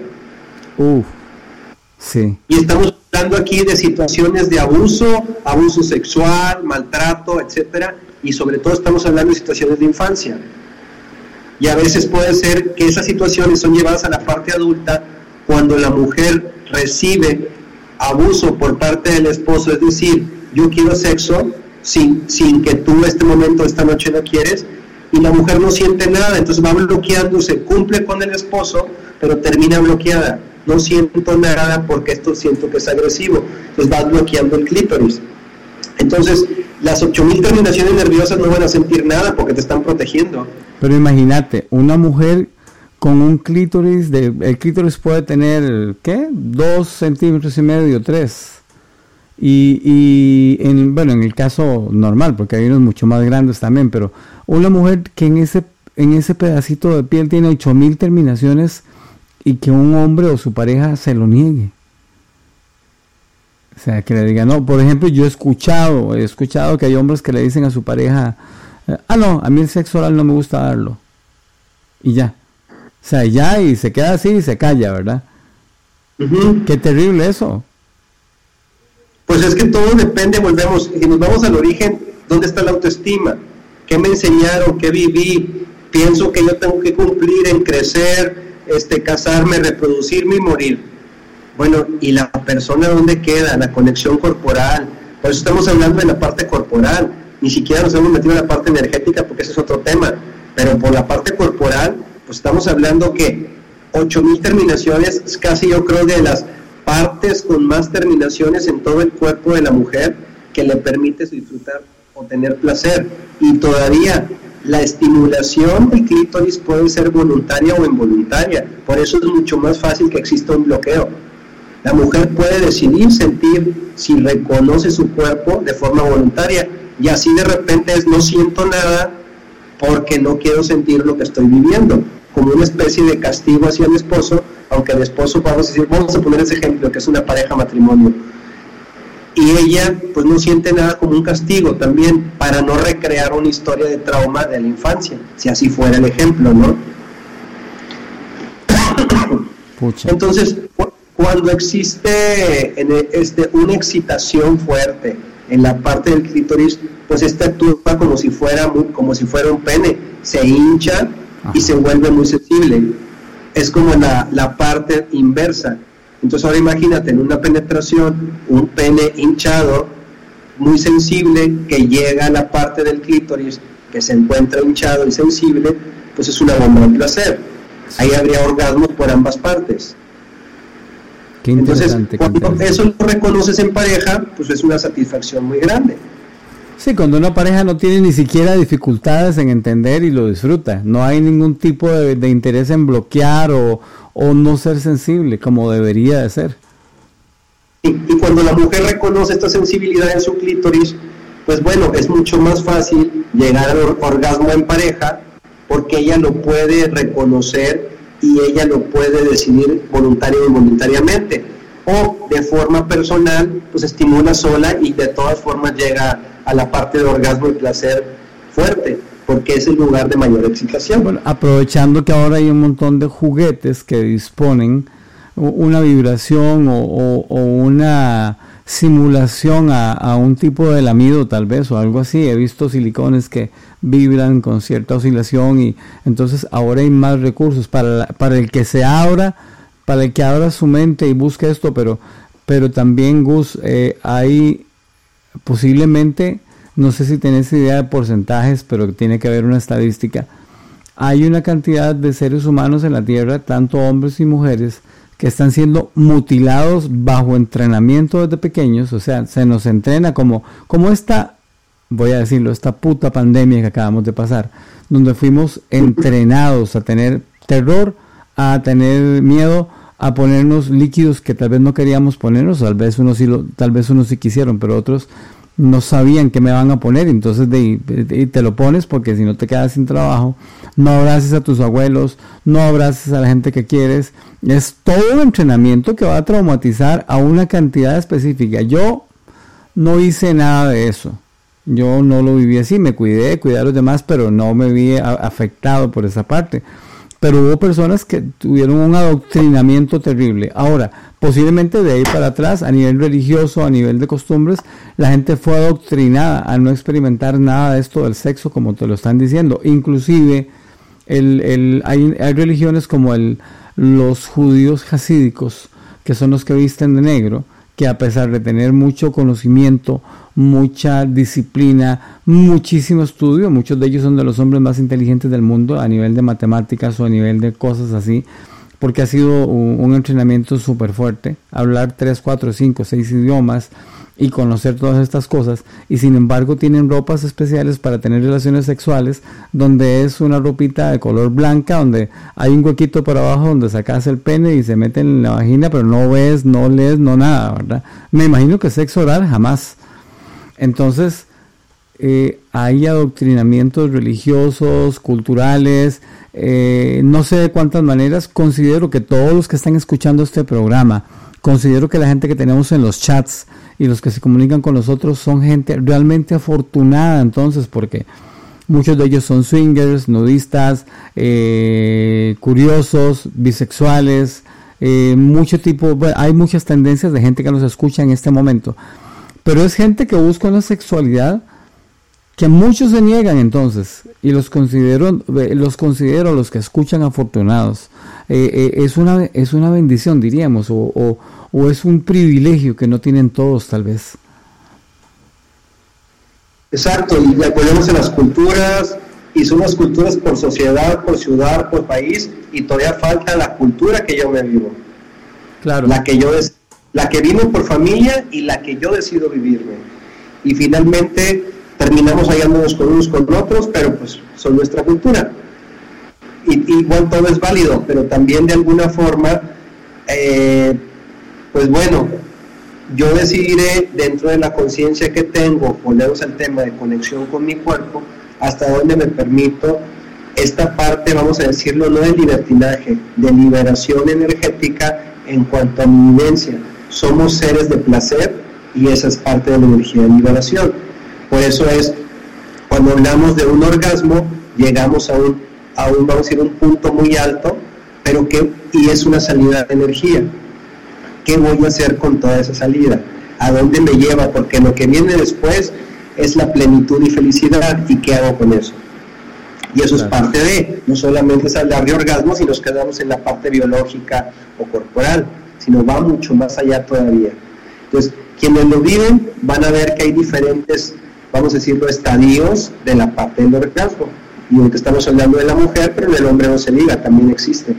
Sí. Y estamos hablando aquí de situaciones de abuso sexual, maltrato, etcétera, y sobre todo estamos hablando de situaciones de infancia. Y a veces puede ser que esas situaciones son llevadas a la parte adulta cuando la mujer recibe abuso por parte del esposo, es decir, yo quiero sexo sin que tú esta noche no quieres, y la mujer no siente nada, entonces va bloqueándose, cumple con el esposo, pero termina bloqueada. No siento nada porque esto siento que es agresivo, entonces vas bloqueando el clítoris. Entonces, las 8,000 terminaciones nerviosas no van a sentir nada porque te están protegiendo. Pero imagínate, una mujer con un clítoris, el clítoris puede tener, ¿qué? 2,5 centímetros, 3. Y en el caso normal, porque hay unos mucho más grandes también, pero una mujer que en ese pedacito de piel tiene 8,000 terminaciones y que un hombre o su pareja se lo niegue. O sea, que le diga, no, por ejemplo, yo he escuchado que hay hombres que le dicen a su pareja, no, a mí el sexo oral no me gusta darlo. Y ya. O sea, ya, y se queda así y se calla, ¿verdad? Uh-huh. Qué terrible eso. Pues es que todo depende, volvemos, si nos vamos al origen, ¿dónde está la autoestima? ¿Qué me enseñaron? ¿Qué viví? Pienso que yo tengo que cumplir en crecer, casarme, reproducirme y morir. Bueno, ¿y la persona dónde queda? La conexión corporal. Por eso estamos hablando de la parte corporal. Ni siquiera nos hemos metido en la parte energética porque ese es otro tema. Pero por la parte corporal, pues estamos hablando que 8,000 terminaciones es casi, yo creo, de las partes con más terminaciones en todo el cuerpo de la mujer que le permite disfrutar o tener placer. Y todavía la estimulación del clítoris puede ser voluntaria o involuntaria. Por eso es mucho más fácil que exista un bloqueo. La mujer puede decidir sentir si reconoce su cuerpo de forma voluntaria, y así de repente no siento nada porque no quiero sentir lo que estoy viviendo, como una especie de castigo hacia el esposo, aunque el esposo, vamos a poner ese ejemplo, que es una pareja matrimonio, y ella pues no siente nada como un castigo también, para no recrear una historia de trauma de la infancia, si así fuera el ejemplo, ¿no? Pucha. Entonces, cuando existe una excitación fuerte en la parte del clítoris, pues actúa como si fuera un pene, se hincha y se vuelve muy sensible. Es como la parte inversa. Entonces ahora imagínate, en una penetración, un pene hinchado, muy sensible, que llega a la parte del clítoris, que se encuentra hinchado y sensible, pues es una bomba de placer. Ahí habría orgasmos por ambas partes. Entonces, cuando eso lo reconoces en pareja, pues es una satisfacción muy grande. Sí, cuando una pareja no tiene ni siquiera dificultades en entender y lo disfruta, no hay ningún tipo de interés en bloquear o no ser sensible como debería de ser. Y cuando la mujer reconoce esta sensibilidad en su clítoris, pues bueno, es mucho más fácil llegar al orgasmo en pareja, porque ella lo puede reconocer y ella lo puede decidir voluntaria o involuntariamente, o de forma personal, pues estimula sola y de todas formas llega a la parte de orgasmo y placer fuerte, porque es el lugar de mayor excitación. Bueno, aprovechando que ahora hay un montón de juguetes que disponen una vibración o una simulación a un tipo de lamido tal vez o algo así, he visto silicones que vibran con cierta oscilación, y entonces ahora hay más recursos para el que se abra, para el que abra su mente y busque esto, pero también, Gus, hay posiblemente, no sé si tenés idea de porcentajes, pero tiene que haber una estadística, hay una cantidad de seres humanos en la Tierra, tanto hombres y mujeres, que están siendo mutilados bajo entrenamiento desde pequeños. O sea, se nos entrena como esta, voy a decirlo, esta puta pandemia que acabamos de pasar, donde fuimos entrenados a tener terror, a tener miedo, a ponernos líquidos que tal vez no queríamos ponernos, tal vez unos sí quisieron, pero otros no sabían qué me van a poner, entonces te lo pones porque si no te quedas sin trabajo. No abraces a tus abuelos, no abraces a la gente que quieres. Es todo un entrenamiento que va a traumatizar a una cantidad específica. Yo no hice nada de eso, yo no lo viví así, me cuidé a los demás, pero no me vi afectado por esa parte. Pero hubo personas que tuvieron un adoctrinamiento terrible. Ahora, posiblemente de ahí para atrás, a nivel religioso, a nivel de costumbres, la gente fue adoctrinada a no experimentar nada de esto del sexo, como te lo están diciendo. Inclusive, hay religiones como los judíos hasídicos, que son los que visten de negro, que a pesar de tener mucho conocimiento, mucha disciplina, muchísimo estudio, muchos de ellos son de los hombres más inteligentes del mundo a nivel de matemáticas o a nivel de cosas así, porque ha sido un entrenamiento súper fuerte, hablar 3, 4, 5, 6 idiomas y conocer todas estas cosas, y sin embargo tienen ropas especiales para tener relaciones sexuales, donde es una ropita de color blanca, donde hay un huequito por abajo donde sacas el pene y se mete en la vagina, pero no ves, no lees, no nada, ¿verdad? Me imagino que sexo oral jamás. Entonces hay adoctrinamientos religiosos, culturales, no sé de cuántas maneras. Considero que todos los que están escuchando este programa, considero que la gente que tenemos en los chats y los que se comunican con nosotros son gente realmente afortunada, entonces, porque muchos de ellos son swingers, nudistas, curiosos, bisexuales, hay muchas tendencias de gente que nos escucha en este momento, pero es gente que busca una sexualidad que muchos se niegan, entonces, y los considero los que escuchan afortunados. Es una bendición, diríamos, o es un privilegio que no tienen todos, tal vez. Exacto, y volvemos a las culturas, y son las culturas por sociedad, por ciudad, por país, y todavía falta la cultura que yo me vivo. Claro. La que vivo por familia y la que yo decido vivirme. Y finalmente terminamos hallándonos con unos con otros, pero pues son nuestra cultura. Y igual todo es válido, pero también de alguna forma, pues bueno, yo decidiré dentro de la conciencia que tengo, volvemos al tema de conexión con mi cuerpo, hasta dónde me permito esta parte, vamos a decirlo, no de libertinaje, de liberación energética en cuanto a mi vivencia. Somos seres de placer y esa es parte de la energía de liberación. Por eso es, cuando hablamos de un orgasmo, llegamos a un vamos a decir, un punto muy alto, pero y es una salida de energía. ¿Qué voy a hacer con toda esa salida? ¿A dónde me lleva? Porque lo que viene después es la plenitud y felicidad, ¿y qué hago con eso? Y eso es parte de, no solamente es hablar de orgasmos y nos quedamos en la parte biológica o corporal, sino va mucho más allá todavía. Entonces, quienes lo viven van a ver que hay diferentes, vamos a decirlo, estadios de la parte del orgasmo. Y aunque estamos hablando de la mujer, pero del hombre no se diga, también existe.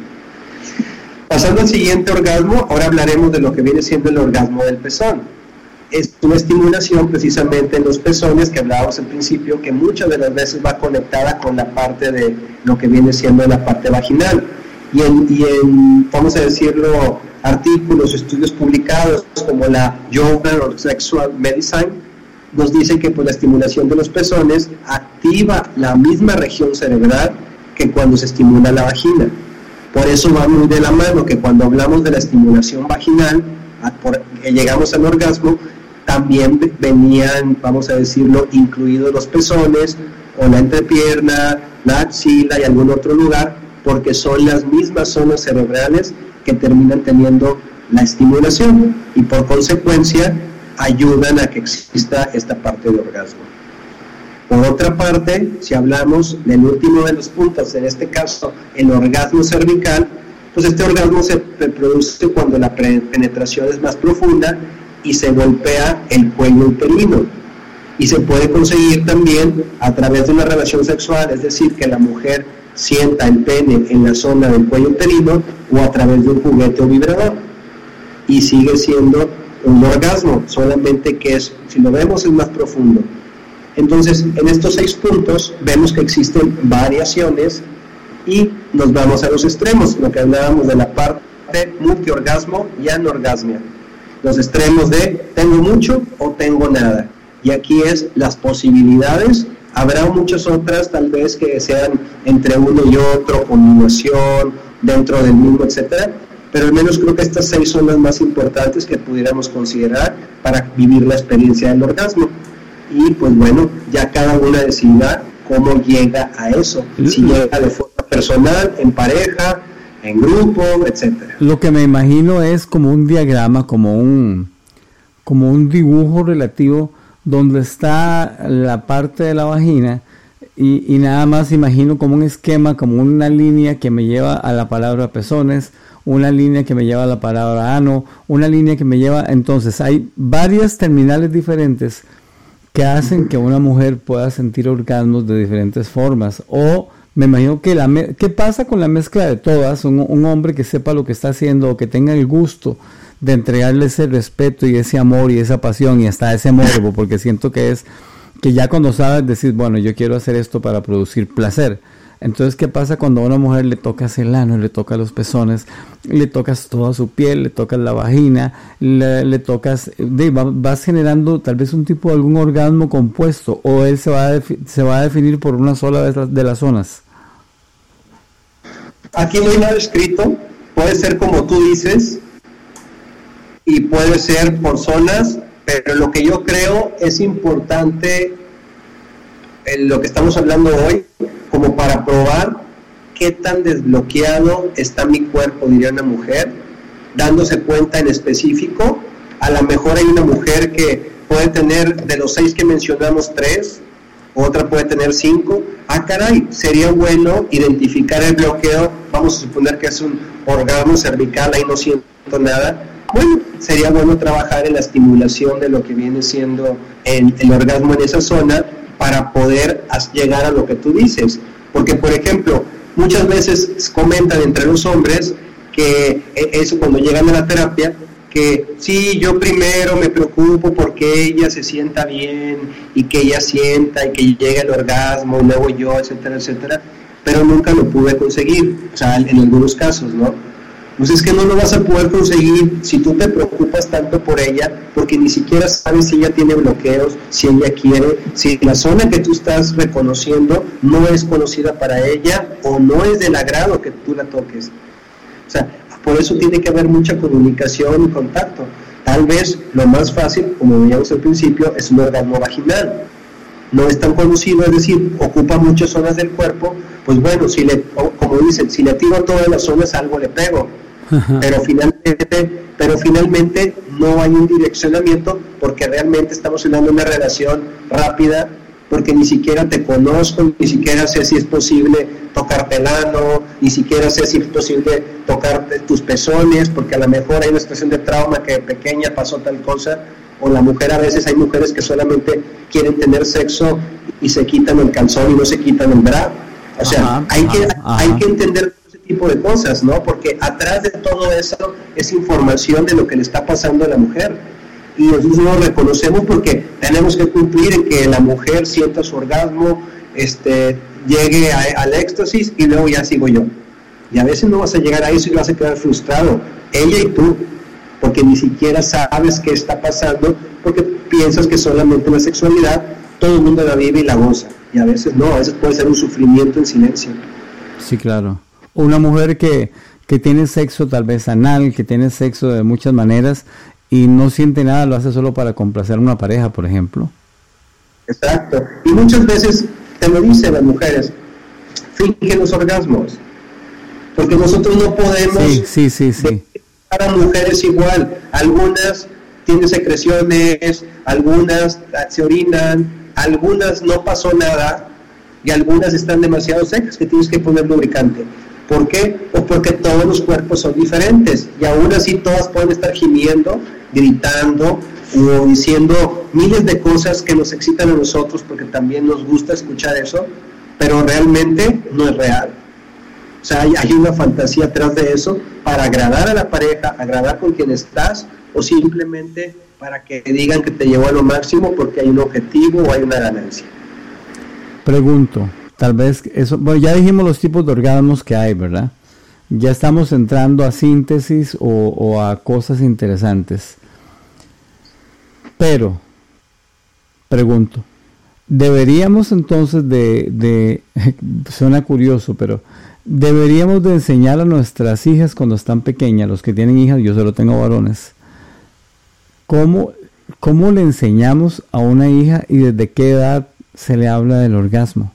Pasando al siguiente orgasmo, ahora hablaremos de lo que viene siendo el orgasmo del pezón. Es una estimulación precisamente en los pezones que hablábamos al principio, que muchas de las veces va conectada con la parte de lo que viene siendo la parte vaginal. Y en vamos a decirlo, artículos, estudios publicados como la Journal of Sexual Medicine, nos dicen que pues, la estimulación de los pezones activa la misma región cerebral que cuando se estimula la vagina. Por eso va muy de la mano que cuando hablamos de la estimulación vaginal, llegamos al orgasmo, también venían, vamos a decirlo, incluidos los pezones o la entrepierna, la axila y algún otro lugar, porque son las mismas zonas cerebrales que terminan teniendo la estimulación y por consecuencia ayudan a que exista esta parte de orgasmo. Por otra parte, si hablamos del último de los puntos, en este caso el orgasmo cervical, pues este orgasmo se produce cuando la penetración es más profunda y se golpea el cuello uterino. Y se puede conseguir también a través de una relación sexual, es decir, que la mujer sienta el pene en la zona del cuello uterino o a través de un juguete o vibrador, y sigue siendo un orgasmo, solamente que es, si lo vemos, es más profundo. Entonces, en estos 6 puntos vemos que existen variaciones y nos vamos a los extremos, lo que hablábamos de la parte multiorgasmo y anorgasmia. Los extremos de tengo mucho o tengo nada. Y aquí es las posibilidades. Habrá muchas otras, tal vez que sean entre uno y otro, combinación, dentro del mismo, etcétera. Pero al menos creo que estas 6 son las más importantes que pudiéramos considerar para vivir la experiencia del orgasmo. Y pues bueno, ya cada una decidirá cómo llega a eso, si llega de forma personal, en pareja, en grupo, etcétera. Lo que me imagino es como un diagrama, como un dibujo relativo donde está la parte de la vagina y nada más imagino como un esquema, como una línea que me lleva a la palabra pezones, una línea que me lleva a la palabra ano, una línea que me lleva, entonces hay varias terminales diferentes que hacen que una mujer pueda sentir orgasmos de diferentes formas. O me imagino que ¿qué pasa con la mezcla de todas? Un hombre que sepa lo que está haciendo o que tenga el gusto de entregarle ese respeto y ese amor y esa pasión y hasta ese morbo, porque siento que es que ya cuando sabes decir, bueno, yo quiero hacer esto para producir placer. Entonces, ¿qué pasa cuando a una mujer le tocas el ano, le tocas los pezones, le tocas toda su piel, le tocas la vagina, le tocas, vas generando tal vez un tipo de algún orgasmo compuesto, o él se va a definir por una sola de las zonas? Aquí no hay nada escrito, puede ser como tú dices, y puede ser por zonas, pero lo que yo creo es importante en lo que estamos hablando hoy, como para probar qué tan desbloqueado está mi cuerpo, diría una mujer, dándose cuenta en específico. A lo mejor hay una mujer que puede tener, de los 6 que mencionamos, 3, otra puede tener 5. Caray, sería bueno identificar el bloqueo. Vamos a suponer que es un orgasmo cervical, ahí no siento nada. Bueno, sería bueno trabajar en la estimulación de lo que viene siendo el orgasmo en esa zona, para poder llegar a lo que tú dices. Porque, por ejemplo, muchas veces comentan entre los hombres que eso, cuando llegan a la terapia, que sí, yo primero me preocupo porque ella se sienta bien y que ella sienta y que llegue al orgasmo, y luego yo, etcétera, etcétera, pero nunca lo pude conseguir, o sea, en algunos casos, ¿no? Pues es que no lo vas a poder conseguir si tú te preocupas tanto por ella, porque ni siquiera sabes si ella tiene bloqueos, si ella quiere, si la zona que tú estás reconociendo no es conocida para ella o no es del agrado que tú la toques. O sea, por eso tiene que haber mucha comunicación y contacto. Tal vez lo más fácil, como veíamos al principio, es un orgasmo vaginal. No es tan conocido, es decir, ocupa muchas zonas del cuerpo. Pues bueno, como dicen, si le tiro todas las zonas, algo le pego. Pero finalmente no hay un direccionamiento, porque realmente estamos hablando de una relación rápida, porque ni siquiera te conozco, ni siquiera sé si es posible tocarte el ano, ni siquiera sé si es posible tocarte tus pezones, porque a lo mejor hay una situación de trauma que de pequeña pasó tal cosa, o la mujer, a veces hay mujeres que solamente quieren tener sexo y se quitan el calzón y no se quitan el bra. O sea, hay que entender ese tipo de cosas, ¿no? Porque atrás de todo eso es información de lo que le está pasando a la mujer. Y nosotros no lo reconocemos porque tenemos que cumplir en que la mujer sienta su orgasmo, llegue al éxtasis y luego ya sigo yo. Y a veces no vas a llegar a eso y vas a quedar frustrado, ella y tú, porque ni siquiera sabes qué está pasando, porque piensas que solamente la sexualidad todo el mundo la vive y la goza. Y a veces no, a veces puede ser un sufrimiento en silencio. Sí, claro. Una mujer que tiene sexo tal vez anal, que tiene sexo de muchas maneras y no siente nada, lo hace solo para complacer a una pareja, por ejemplo. Exacto. Y muchas veces te lo dicen las mujeres, fingen los orgasmos, porque nosotros no podemos... Sí. Para mujeres igual, algunas tienen secreciones, algunas se orinan, algunas no pasó nada y algunas están demasiado secas que tienes que poner lubricante. ¿Por qué? Pues porque todos los cuerpos son diferentes y aún así todas pueden estar gimiendo, gritando o diciendo miles de cosas que nos excitan a nosotros porque también nos gusta escuchar eso, pero realmente no es real. sea, hay una fantasía atrás de eso para agradar a la pareja, agradar con quien estás, o simplemente para que digan que te llevó a lo máximo porque hay un objetivo o hay una ganancia. Pregunto, tal vez eso, bueno, ya dijimos los tipos de orgasmos que hay, ¿verdad? Ya estamos entrando a síntesis o a cosas interesantes. Pero, pregunto, deberíamos entonces suena curioso, pero deberíamos de enseñar a nuestras hijas cuando están pequeñas, los que tienen hijas, yo solo tengo varones, ¿cómo le enseñamos a una hija y desde qué edad se le habla del orgasmo?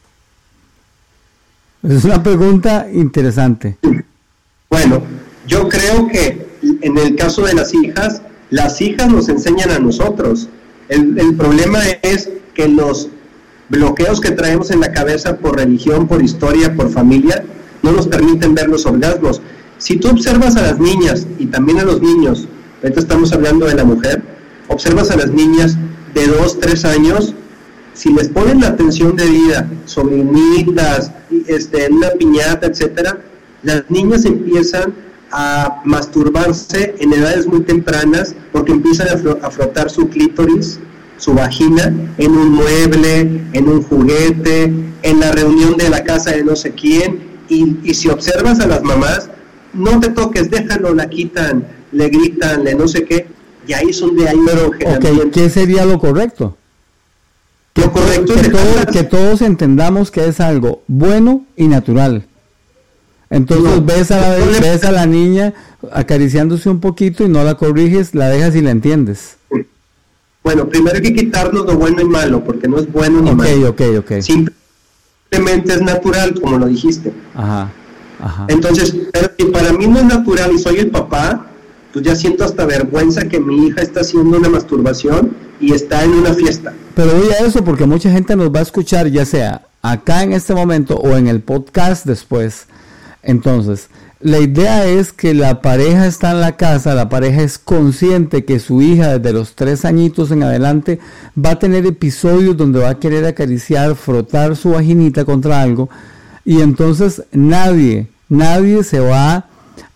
Es una pregunta interesante. Bueno, yo creo que en el caso de las hijas nos enseñan a nosotros. El problema es que los bloqueos que traemos en la cabeza por religión, por historia, por familia, no nos permiten ver los orgasmos. Si tú observas a las niñas y también a los niños, ahorita estamos hablando de la mujer, observas a las niñas de 2, 3 años, si les ponen la atención debida, sobrinitas, una piñata, etcétera, las niñas empiezan a masturbarse en edades muy tempranas porque empiezan a frotar su clítoris, su vagina, en un mueble, en un juguete, en la reunión de la casa de no sé quién, y si observas a las mamás, no te toques, déjalo, la quitan, le gritan, le no sé qué, y ahí es donde hay un congelamiento. Okay, ¿qué sería lo correcto? Lo correcto es que todos entendamos que es algo bueno y natural. Entonces ves a la niña acariciándose un poquito y no la corriges, la dejas y la entiendes. Bueno, primero hay que quitarnos lo bueno y malo, porque no es bueno ni malo. Okay. Simplemente es natural, como lo dijiste. Ajá. Entonces, pero si para mí no es natural y soy el papá, pues ya siento hasta vergüenza que mi hija está haciendo una masturbación y está en una fiesta. Pero oye eso, porque mucha gente nos va a escuchar, ya sea acá en este momento o en el podcast después. Entonces, la idea es que la pareja está en la casa, la pareja es consciente que su hija desde los 3 añitos en adelante va a tener episodios donde va a querer acariciar, frotar su vaginita contra algo, y entonces nadie se va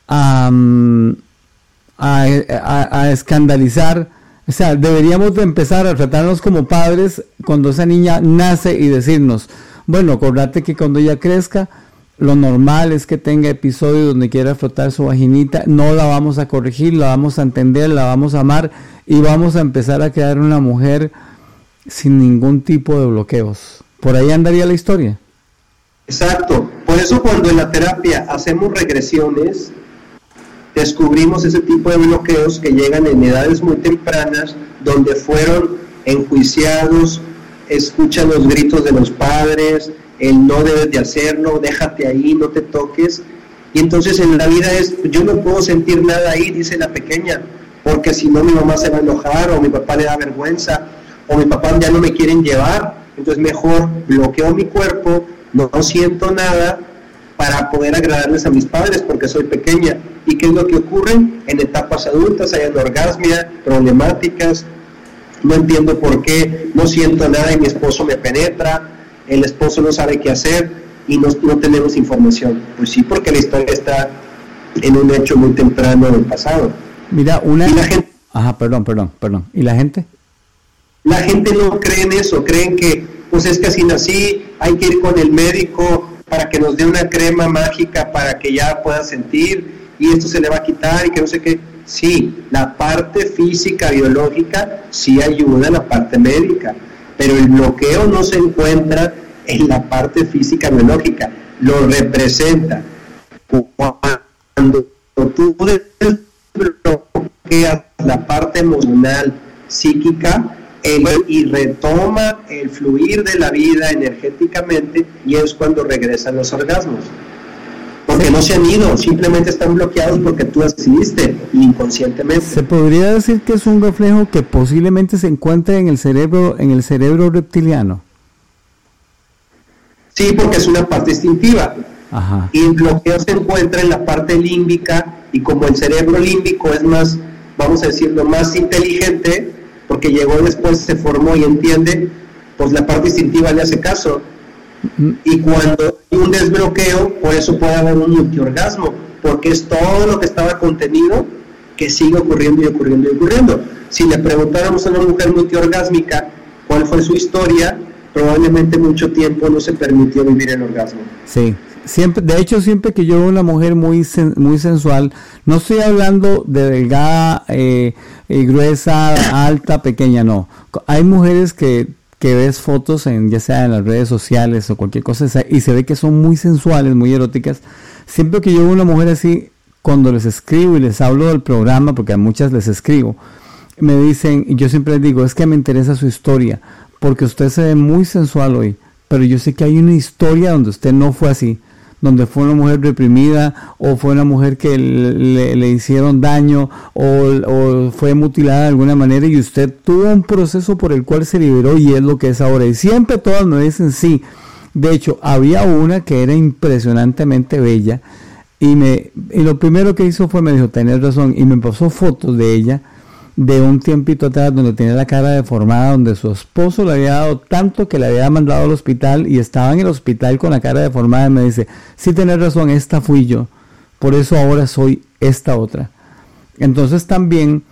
a escandalizar. O sea, deberíamos de empezar a tratarnos como padres cuando esa niña nace y decirnos, bueno, acordate que cuando ella crezca, lo normal es que tenga episodios donde quiera frotar su vaginita, no la vamos a corregir, la vamos a entender, la vamos a amar y vamos a empezar a crear una mujer sin ningún tipo de bloqueos. Por ahí andaría la historia. Exacto, por eso cuando en la terapia hacemos regresiones, descubrimos ese tipo de bloqueos que llegan en edades muy tempranas, donde fueron enjuiciados, escuchan los gritos de los padres, el no debes de hacerlo, déjate ahí, no te toques, y entonces en la vida yo no puedo sentir nada ahí, dice la pequeña, porque si no mi mamá se va a enojar, o mi papá le da vergüenza, o mi papá ya no me quieren llevar, entonces mejor bloqueo mi cuerpo, no siento nada, para poder agradarles a mis padres porque soy pequeña. ¿Y qué es lo que ocurre? En etapas adultas hay anorgasmia, problemáticas, no entiendo por qué, no siento nada y mi esposo me penetra, el esposo no sabe qué hacer y no tenemos información. Pues sí, porque la historia está en un hecho muy temprano del pasado. Mira, y la gente... Ajá, perdón. ¿Y la gente? La gente no cree en eso, creen que pues es que así nací, hay que ir con el médico para que nos dé una crema mágica para que ya pueda sentir y esto se le va a quitar y que no sé qué. Sí, la parte física, biológica, sí ayuda a la parte médica, pero el bloqueo no se encuentra en la parte física, biológica, lo representa. Cuando tú bloqueas la parte emocional, psíquica, y retoma el fluir de la vida energéticamente, y es cuando regresan los orgasmos. Porque no se han ido, simplemente están bloqueados porque tú decidiste inconscientemente. Se podría decir que es un reflejo que posiblemente se encuentre en el cerebro reptiliano. Sí, porque es una parte instintiva. Ajá. Y el bloqueo se encuentra en la parte límbica, y como el cerebro límbico es más, vamos a decirlo, más inteligente, porque llegó después, se formó y entiende, pues la parte instintiva le hace caso. Y cuando hay un desbloqueo, por eso puede haber un multiorgasmo, porque es todo lo que estaba contenido que sigue ocurriendo y ocurriendo y ocurriendo. Si le preguntáramos a una mujer multiorgásmica cuál fue su historia, probablemente mucho tiempo no se permitió vivir el orgasmo. Sí, siempre, de hecho, siempre que yo veo una mujer muy sensual, no estoy hablando de delgada, gruesa, alta, pequeña, no. Hay mujeres que ves fotos ya sea en las redes sociales o cualquier cosa, y se ve que son muy sensuales, muy eróticas. Siempre que yo veo una mujer así, cuando les escribo y les hablo del programa, porque a muchas les escribo, me dicen, y yo siempre les digo, es que me interesa su historia, porque usted se ve muy sensual hoy, pero yo sé que hay una historia donde usted no fue así, donde fue una mujer reprimida, o fue una mujer que le hicieron daño, o fue mutilada de alguna manera, y usted tuvo un proceso por el cual se liberó y es lo que es ahora. Y siempre todas me dicen sí. De hecho, había una que era impresionantemente bella, y lo primero que hizo fue, me dijo, tenés razón, y me pasó fotos de ella, de un tiempito atrás, donde tenía la cara deformada, donde su esposo le había dado tanto que le había mandado al hospital, y estaba en el hospital con la cara deformada, y me dice, sí, tenés razón, esta fui yo, por eso ahora soy esta otra. Entonces también,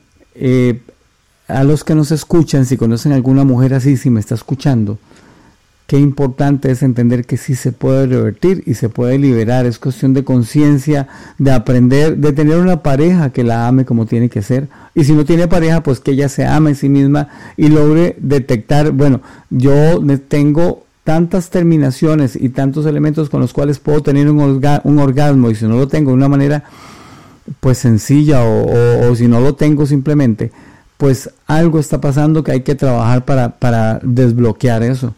a los que nos escuchan, si conocen alguna mujer así, si me está escuchando, qué importante es entender que sí se puede revertir y se puede liberar. Es cuestión de conciencia, de aprender, de tener una pareja que la ame como tiene que ser. Y si no tiene pareja, pues que ella se ame a sí misma y logre detectar, bueno, yo tengo tantas terminaciones y tantos elementos con los cuales puedo tener un orgasmo, y si no lo tengo de una manera pues sencilla, o si no lo tengo simplemente, pues algo está pasando que hay que trabajar para desbloquear eso.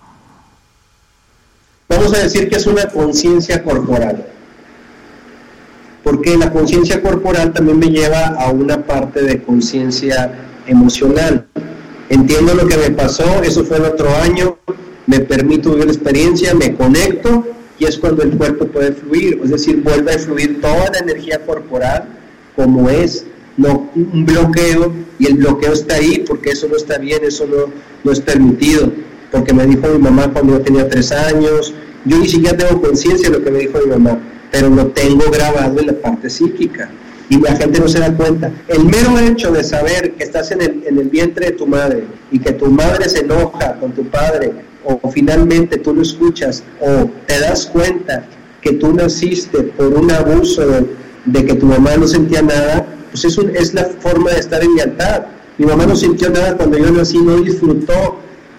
Vamos a decir que es una conciencia corporal, porque la conciencia corporal también me lleva a una parte de conciencia emocional. Entiendo lo que me pasó, eso fue el otro año, me permito vivir la experiencia, me conecto, y es cuando el cuerpo puede fluir, es decir, vuelve a fluir toda la energía corporal como es, no un bloqueo, y el bloqueo está ahí porque eso no está bien, eso no es permitido. Porque me dijo mi mamá cuando yo tenía 3 años, yo ni siquiera tengo conciencia de lo que me dijo mi mamá, pero lo tengo grabado en la parte psíquica, y la gente no se da cuenta. El mero hecho de saber que estás en el vientre de tu madre, y que tu madre se enoja con tu padre, o finalmente tú lo escuchas, o te das cuenta que tú naciste por un abuso de que tu mamá no sentía nada, pues eso es la forma de estar en lealtad. Mi mamá no sintió nada cuando yo nací, no disfrutó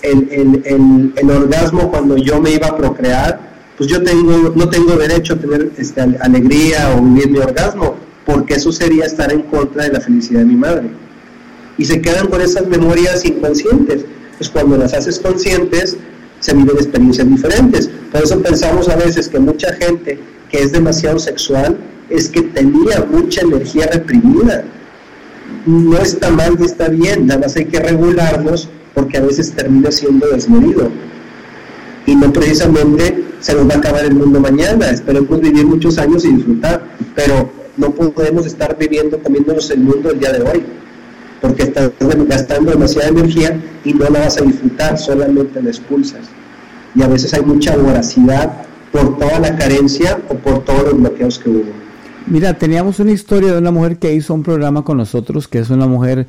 el orgasmo cuando yo me iba a procrear, pues yo no tengo derecho a tener alegría o vivir mi orgasmo, porque eso sería estar en contra de la felicidad de mi madre. Y se quedan con esas memorias inconscientes. Pues cuando las haces conscientes, se viven experiencias diferentes. Por eso pensamos a veces que mucha gente que es demasiado sexual es que tenía mucha energía reprimida. No está mal ni está bien, nada más hay que regularnos, porque a veces termina siendo desmedido, y no precisamente se nos va a acabar el mundo mañana. Esperemos vivir muchos años y disfrutar, pero no podemos estar comiéndonos el mundo el día de hoy, porque estás gastando demasiada energía y no la vas a disfrutar, solamente la expulsas. Y a veces hay mucha voracidad por toda la carencia o por todos los bloqueos que hubo. Mira, teníamos una historia de una mujer que hizo un programa con nosotros, que es una mujer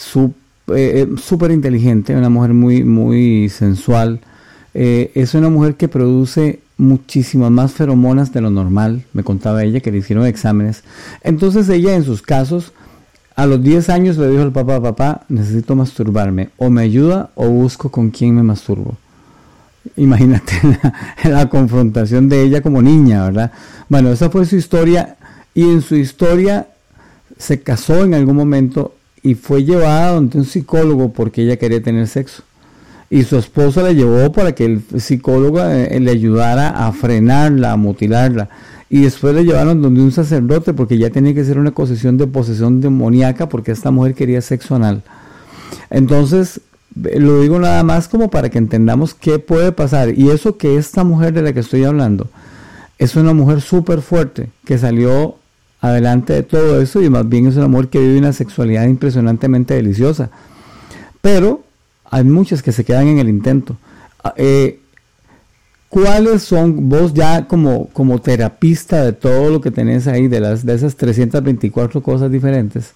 súper inteligente, una mujer muy, muy sensual. Es una mujer que produce muchísimas más feromonas de lo normal, me contaba ella, que le hicieron exámenes. Entonces ella, en sus casos, a los 10 años le dijo al papá, necesito masturbarme, o me ayuda o busco con quién me masturbo. Imagínate la confrontación de ella como niña, ¿verdad? Bueno, esa fue su historia, y en su historia se casó en algún momento y fue llevada donde un psicólogo porque ella quería tener sexo. Y su esposo la llevó para que el psicólogo le ayudara a frenarla, a mutilarla. Y después le llevaron donde un sacerdote porque ya tenía que ser una posesión demoníaca, porque esta mujer quería sexo anal. Entonces, lo digo nada más como para que entendamos qué puede pasar. Y eso, que esta mujer de la que estoy hablando es una mujer súper fuerte, que salió adelante de todo eso, y más bien es una mujer que vive una sexualidad impresionantemente deliciosa. Pero hay muchas que se quedan en el intento. ¿cuáles son, vos ya como terapista de todo lo que tenés ahí, de esas 324 cosas diferentes,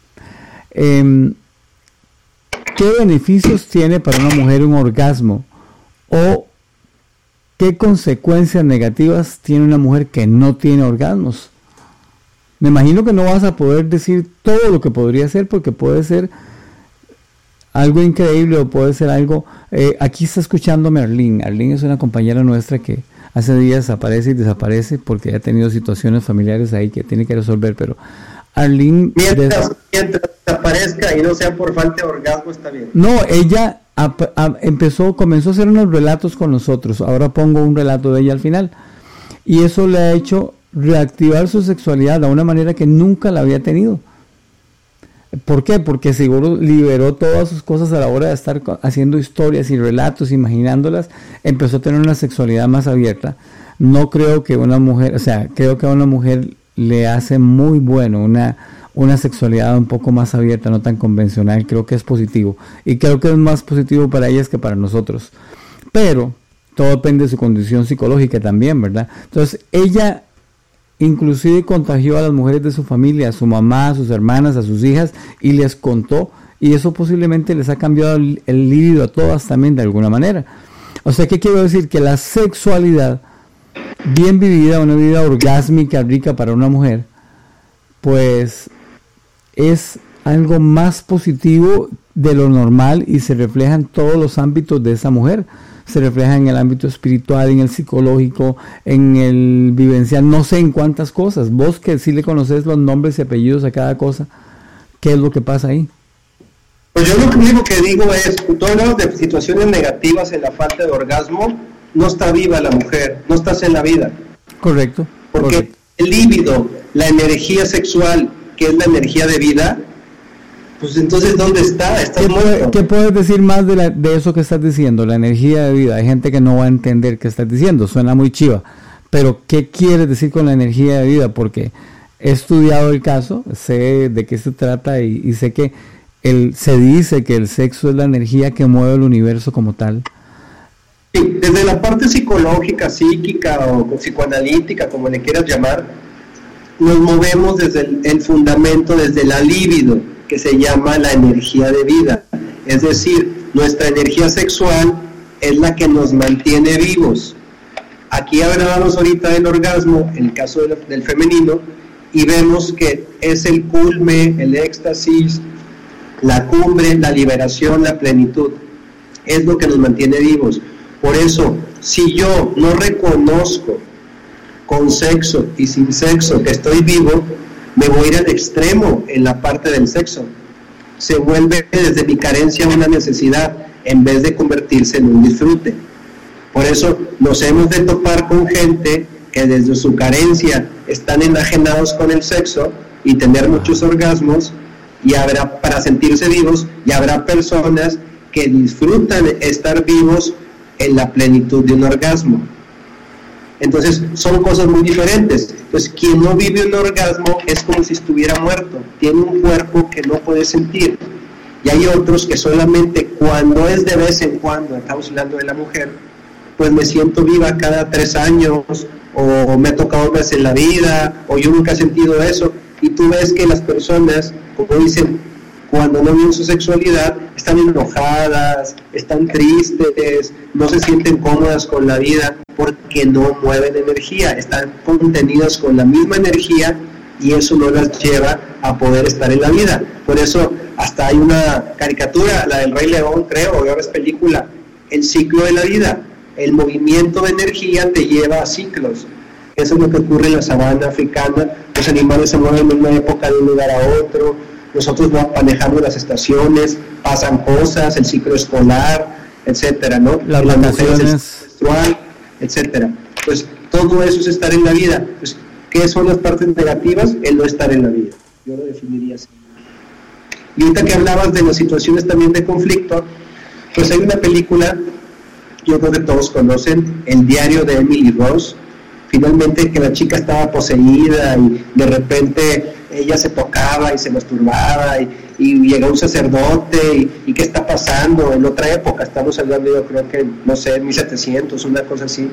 qué beneficios tiene para una mujer un orgasmo? ¿O qué consecuencias negativas tiene una mujer que no tiene orgasmos? Me imagino que no vas a poder decir todo lo que podría ser, porque puede ser algo increíble o puede ser algo... aquí está escuchándome Arlene. Arlene es una compañera nuestra que hace días aparece y desaparece porque ha tenido situaciones familiares ahí que tiene que resolver, pero Arlene... Mientras desaparezca y no sea por falta de orgasmo, está bien. No, ella comenzó a hacer unos relatos con nosotros. Ahora pongo un relato de ella al final. Y eso le ha hecho reactivar su sexualidad de una manera que nunca la había tenido. ¿Por qué? Porque seguro liberó todas sus cosas a la hora de estar haciendo historias y relatos, imaginándolas. Empezó a tener una sexualidad más abierta. No creo que una mujer, o sea, creo que a una mujer le hace muy bueno una sexualidad un poco más abierta, no tan convencional. Creo que es positivo. Y creo que es más positivo para ellas que para nosotros. Pero todo depende de su condición psicológica también, ¿verdad? Entonces, ella inclusive contagió a las mujeres de su familia, a su mamá, a sus hermanas, a sus hijas, y les contó, y eso posiblemente les ha cambiado el libido a todas también de alguna manera. O sea, ¿qué quiero decir? Que la sexualidad bien vivida, una vida orgásmica rica para una mujer, pues es algo más positivo de lo normal y se refleja en todos los ámbitos de esa mujer. Se refleja en el ámbito espiritual, en el psicológico, en el vivencial, no sé en cuántas cosas. Vos que sí le conoces los nombres y apellidos a cada cosa, ¿qué es lo que pasa ahí? Pues yo lo único que digo es, todos hablamos de situaciones negativas en la falta de orgasmo, no está viva la mujer, no estás en la vida. Correcto. Porque correcto. El líbido, la energía sexual, que es la energía de vida, pues entonces, ¿dónde está? ¿Estás muerto? ¿Qué puedes decir más de eso que estás diciendo? La energía de vida. Hay gente que no va a entender qué estás diciendo. Suena muy chiva. Pero, ¿qué quieres decir con la energía de vida? Porque he estudiado el caso, sé de qué se trata y sé que se dice que el sexo es la energía que mueve el universo como tal. Sí, desde la parte psicológica, psíquica o psicoanalítica, como le quieras llamar, nos movemos desde el fundamento, desde la libido, que se llama la energía de vida. Es decir, nuestra energía sexual es la que nos mantiene vivos. Aquí hablábamos ahorita del orgasmo, en el caso del femenino, y vemos que es el culme, el éxtasis, la cumbre, la liberación, la plenitud. Es lo que nos mantiene vivos. Por eso, si yo no reconozco con sexo y sin sexo que estoy vivo, me voy a ir al extremo en la parte del sexo. Se vuelve desde mi carencia una necesidad en vez de convertirse en un disfrute. Por eso nos hemos de topar con gente que desde su carencia están enajenados con el sexo y tener muchos orgasmos, y habrá, para sentirse vivos, y habrá personas que disfrutan estar vivos en la plenitud de un orgasmo. Entonces son cosas muy diferentes. Entonces quien no vive un orgasmo es como si estuviera muerto, tiene un cuerpo que no puede sentir. Y hay otros que solamente cuando es de vez en cuando, estamos hablando de la mujer, pues me siento viva cada 3 años, o me ha tocado una vez en la vida, o yo nunca he sentido eso. Y tú ves que las personas, como dicen, cuando no viven su sexualidad, están enojadas, están tristes, no se sienten cómodas con la vida porque no mueven energía, están contenidas con la misma energía y eso no las lleva a poder estar en la vida. Por eso hasta hay una caricatura, la del Rey León, creo, o ahora es película, el ciclo de la vida. El movimiento de energía te lleva a ciclos. Eso es lo que ocurre en la sabana africana. Los animales se mueven de una época de un lugar a otro. Nosotros manejamos las estaciones, pasan cosas, el ciclo escolar, etcétera, ¿no? Las vacaciones, menstrual, etcétera. Pues todo eso es estar en la vida. Pues, ¿qué son las partes negativas? El no estar en la vida. Yo lo definiría así. Y ahorita que hablabas de las situaciones también de conflicto, pues hay una película, yo creo que todos conocen, El diario de Emily Rose. Finalmente que la chica estaba poseída y de repente ella se tocaba y se masturbaba y llegó un sacerdote y ¿qué está pasando? En otra época, estamos hablando, yo creo que, no sé, 1700, una cosa así,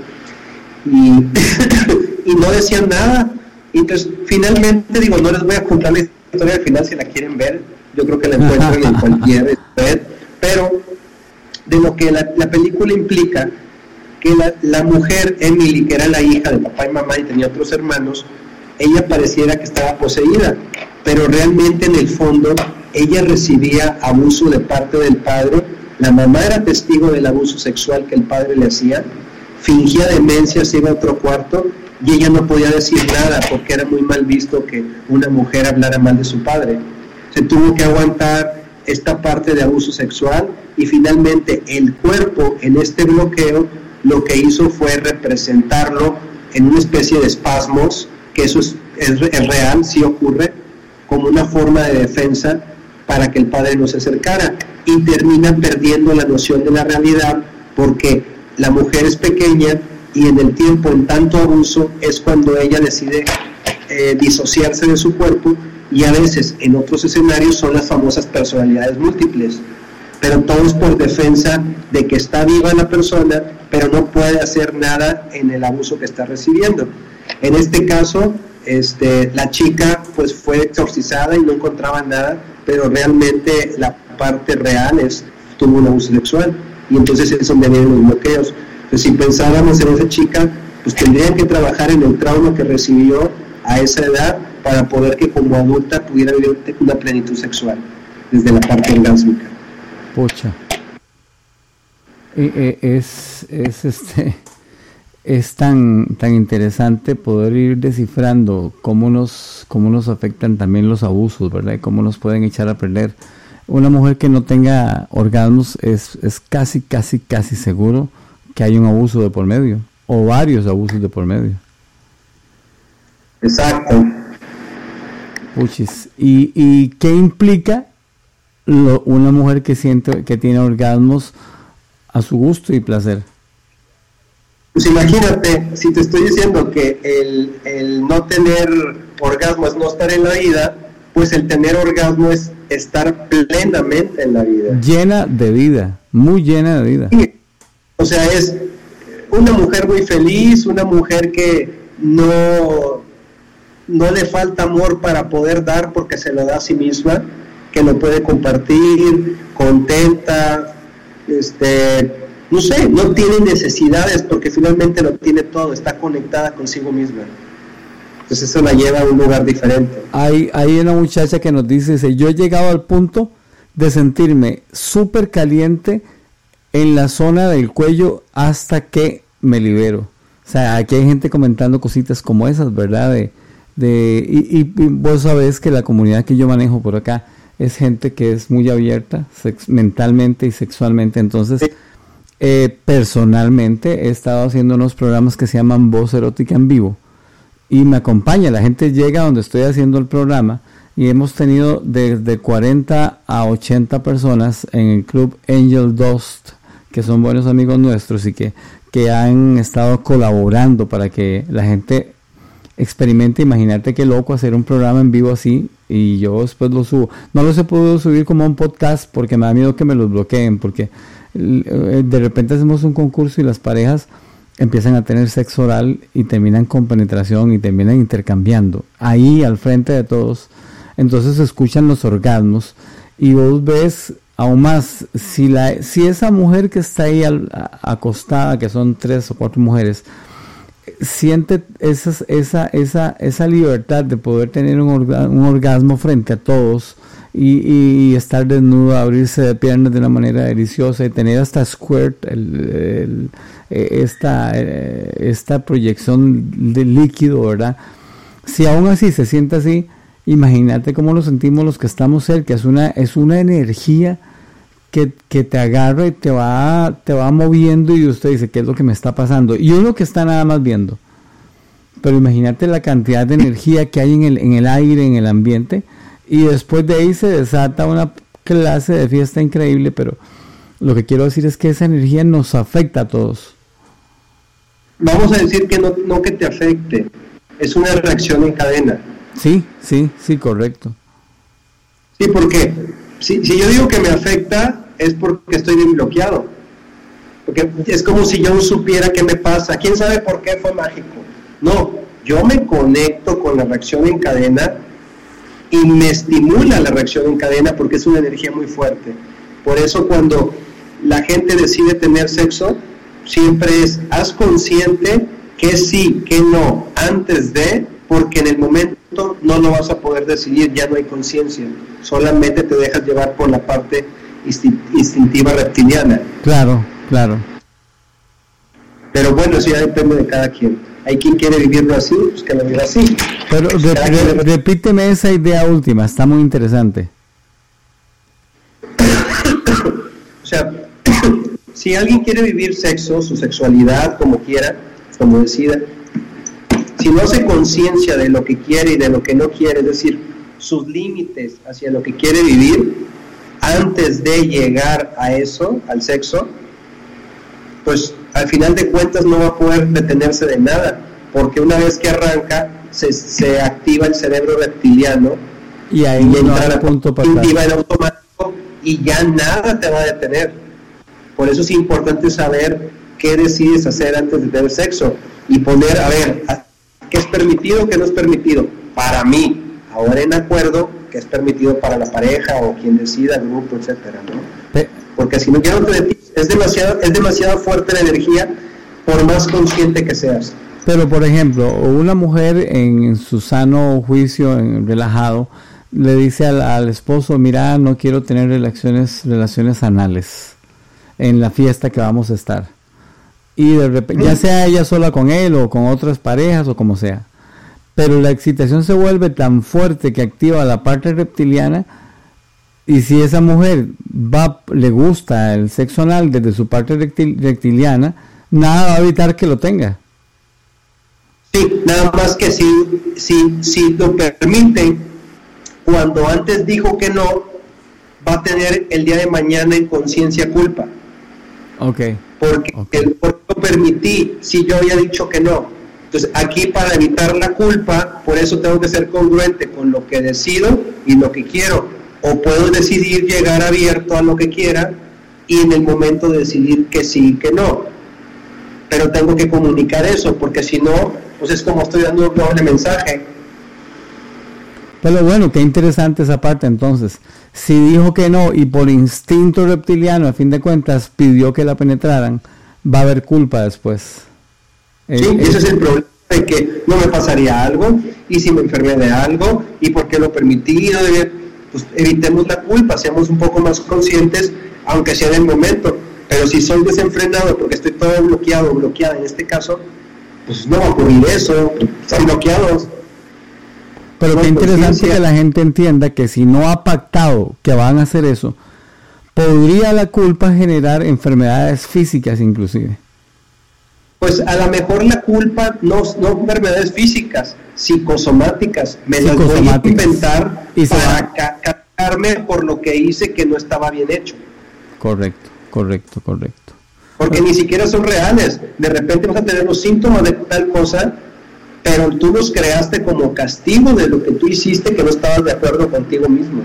y no decían nada. Y entonces, finalmente, digo, no les voy a contar la historia al final, si la quieren ver, yo creo que la encuentran en cualquier red, pero de lo que la película implica, que la mujer, Emily, que era la hija de papá y mamá y tenía otros hermanos, ella pareciera que estaba poseída, pero realmente en el fondo ella recibía abuso de parte del padre. La mamá era testigo del abuso sexual que el padre le hacía, fingía demencia, se iba a otro cuarto y ella no podía decir nada porque era muy mal visto que una mujer hablara mal de su padre. Se tuvo que aguantar esta parte de abuso sexual y finalmente el cuerpo en este bloqueo lo que hizo fue representarlo en una especie de espasmos, que eso es real, sí ocurre, como una forma de defensa para que el padre no se acercara, y termina perdiendo la noción de la realidad porque la mujer es pequeña y en el tiempo, en tanto abuso, es cuando ella decide disociarse de su cuerpo, y a veces en otros escenarios son las famosas personalidades múltiples, pero todo es por defensa de que está viva la persona, pero no puede hacer nada en el abuso que está recibiendo. En este caso, la chica pues fue exorcizada y no encontraba nada, pero realmente la parte real tuvo un abuso sexual, y entonces es donde vienen los bloqueos. Entonces, si pensáramos en esa chica, pues tendrían que trabajar en el trauma que recibió a esa edad para poder que como adulta pudiera vivir una plenitud sexual desde la parte orgásmica. Pucha. Es tan interesante poder ir descifrando cómo nos afectan también los abusos, ¿verdad? Y cómo nos pueden echar a perder. Una mujer que no tenga orgasmos es casi seguro que hay un abuso de por medio, o varios abusos de por medio. Exacto. Puchis. ¿Y qué implica una mujer que siente que tiene orgasmos a su gusto y placer? Pues imagínate, si te estoy diciendo que el no tener orgasmo es no estar en la vida, pues el tener orgasmo es estar plenamente en la vida. Llena de vida, muy llena de vida. Sí. O sea, es una mujer muy feliz, una mujer que no le falta amor para poder dar porque se lo da a sí misma, que lo puede compartir, contenta, no sé, no tiene necesidades porque finalmente lo tiene todo, está conectada consigo misma. Entonces eso la lleva a un lugar diferente. Hay una muchacha que nos dice, yo he llegado al punto de sentirme súper caliente en la zona del cuello hasta que me libero. O sea, aquí hay gente comentando cositas como esas, ¿verdad? Y vos sabés que la comunidad que yo manejo por acá es gente que es muy abierta mentalmente y sexualmente. Entonces, sí. Personalmente he estado haciendo unos programas que se llaman Voz Erótica en Vivo y me acompaña, la gente llega donde estoy haciendo el programa y hemos tenido desde 40 a 80 personas en el club Angel Dust, que son buenos amigos nuestros y que han estado colaborando para que la gente experimente. Imagínate qué loco hacer un programa en vivo así, y yo después lo subo. No los he podido subir como un podcast porque me da miedo que me los bloqueen, porque de repente hacemos un concurso y las parejas empiezan a tener sexo oral y terminan con penetración y terminan intercambiando ahí al frente de todos. Entonces se escuchan los orgasmos y vos ves aún más si esa mujer que está ahí acostada, que son 3 o 4 mujeres, siente esa libertad de poder tener un orgasmo frente a todos y estar desnudo, abrirse de piernas de una manera deliciosa y tener hasta squirt, esta proyección de líquido, ¿verdad? Si aún así se siente así, imagínate cómo lo sentimos los que estamos cerca. Es una energía que te agarra y te va moviendo, y usted dice, ¿qué es lo que me está pasando? Y uno que está nada más viendo. Pero imagínate la cantidad de energía que hay en el aire, en el ambiente, y después de ahí se desata una clase de fiesta increíble. Pero lo que quiero decir es que esa energía nos afecta a todos. Vamos a decir que no que te afecte, es una reacción en cadena. Sí, correcto. Sí, porque si yo digo que me afecta es porque estoy bien bloqueado. Porque es como si yo supiera qué me pasa. ¿Quién sabe por qué fue mágico? No, yo me conecto con la reacción en cadena y me estimula la reacción en cadena porque es una energía muy fuerte. Por eso cuando la gente decide tener sexo, siempre haz consciente que sí, que no, antes de, porque en el momento no lo vas a poder decidir, ya no hay conciencia, solamente te dejas llevar por la parte instintiva reptiliana. Claro. Pero bueno, eso ya depende de cada quien. Hay quien quiere vivirlo así, pues que lo viva así. Pero repíteme esa idea última, está muy interesante. O sea, si alguien quiere vivir sexo, su sexualidad, como quiera, como decida, si no hace conciencia de lo que quiere y de lo que no quiere, es decir, sus límites hacia lo que quiere vivir, antes de llegar a eso, al sexo, pues al final de cuentas no va a poder detenerse de nada, porque una vez que arranca, se activa el cerebro reptiliano y ahí entra la punto para en automático y ya nada te va a detener. Por eso es importante saber qué decides hacer antes de tener sexo y poner, a ver, qué es permitido, qué no es permitido. Para mí, ahora en acuerdo, qué es permitido para la pareja o quien decida, el grupo, etcétera, ¿no? Porque si no, ya no te detienes, es demasiado fuerte la energía, por más consciente que seas. Pero, por ejemplo, una mujer en su sano juicio, relajado, le dice al esposo, mira, no quiero tener relaciones anales en la fiesta que vamos a estar. Y de repente, ya sea ella sola con él o con otras parejas o como sea, pero la excitación se vuelve tan fuerte que activa la parte reptiliana, y si esa mujer le gusta el sexo anal desde su parte reptiliana, nada va a evitar que lo tenga. Sí, nada más que si lo permiten, cuando antes dijo que no, va a tener el día de mañana en conciencia culpa. Okay. Porque lo permití si yo había dicho que no. Entonces aquí, para evitar la culpa, por eso tengo que ser congruente con lo que decido y lo que quiero. O puedo decidir llegar abierto a lo que quiera y en el momento decidir que sí, que no. Pero tengo que comunicar eso, porque si no, pues es como estoy dando un doble mensaje. Pero bueno, qué interesante esa parte entonces. Si dijo que no y por instinto reptiliano, a fin de cuentas, pidió que la penetraran, va a haber culpa después. Sí, ese es el problema, de que no me pasaría algo, y si me enfermé de algo, y por qué lo permití, pues evitemos la culpa, seamos un poco más conscientes, aunque sea en el momento. Pero si soy desenfrenado porque estoy todo bloqueada en este caso, pues no va a ocurrir eso, están bloqueados. Pero qué interesante que la gente entienda que si no ha pactado que van a hacer eso, podría la culpa generar enfermedades físicas inclusive. Pues a lo mejor la culpa no enfermedades físicas, psicosomáticas, me las voy a inventar para castigarme por lo que hice que no estaba bien hecho. Correcto. Porque ni siquiera son reales. De repente vas a tener los síntomas de tal cosa, pero tú los creaste como castigo de lo que tú hiciste, que no estabas de acuerdo contigo mismo.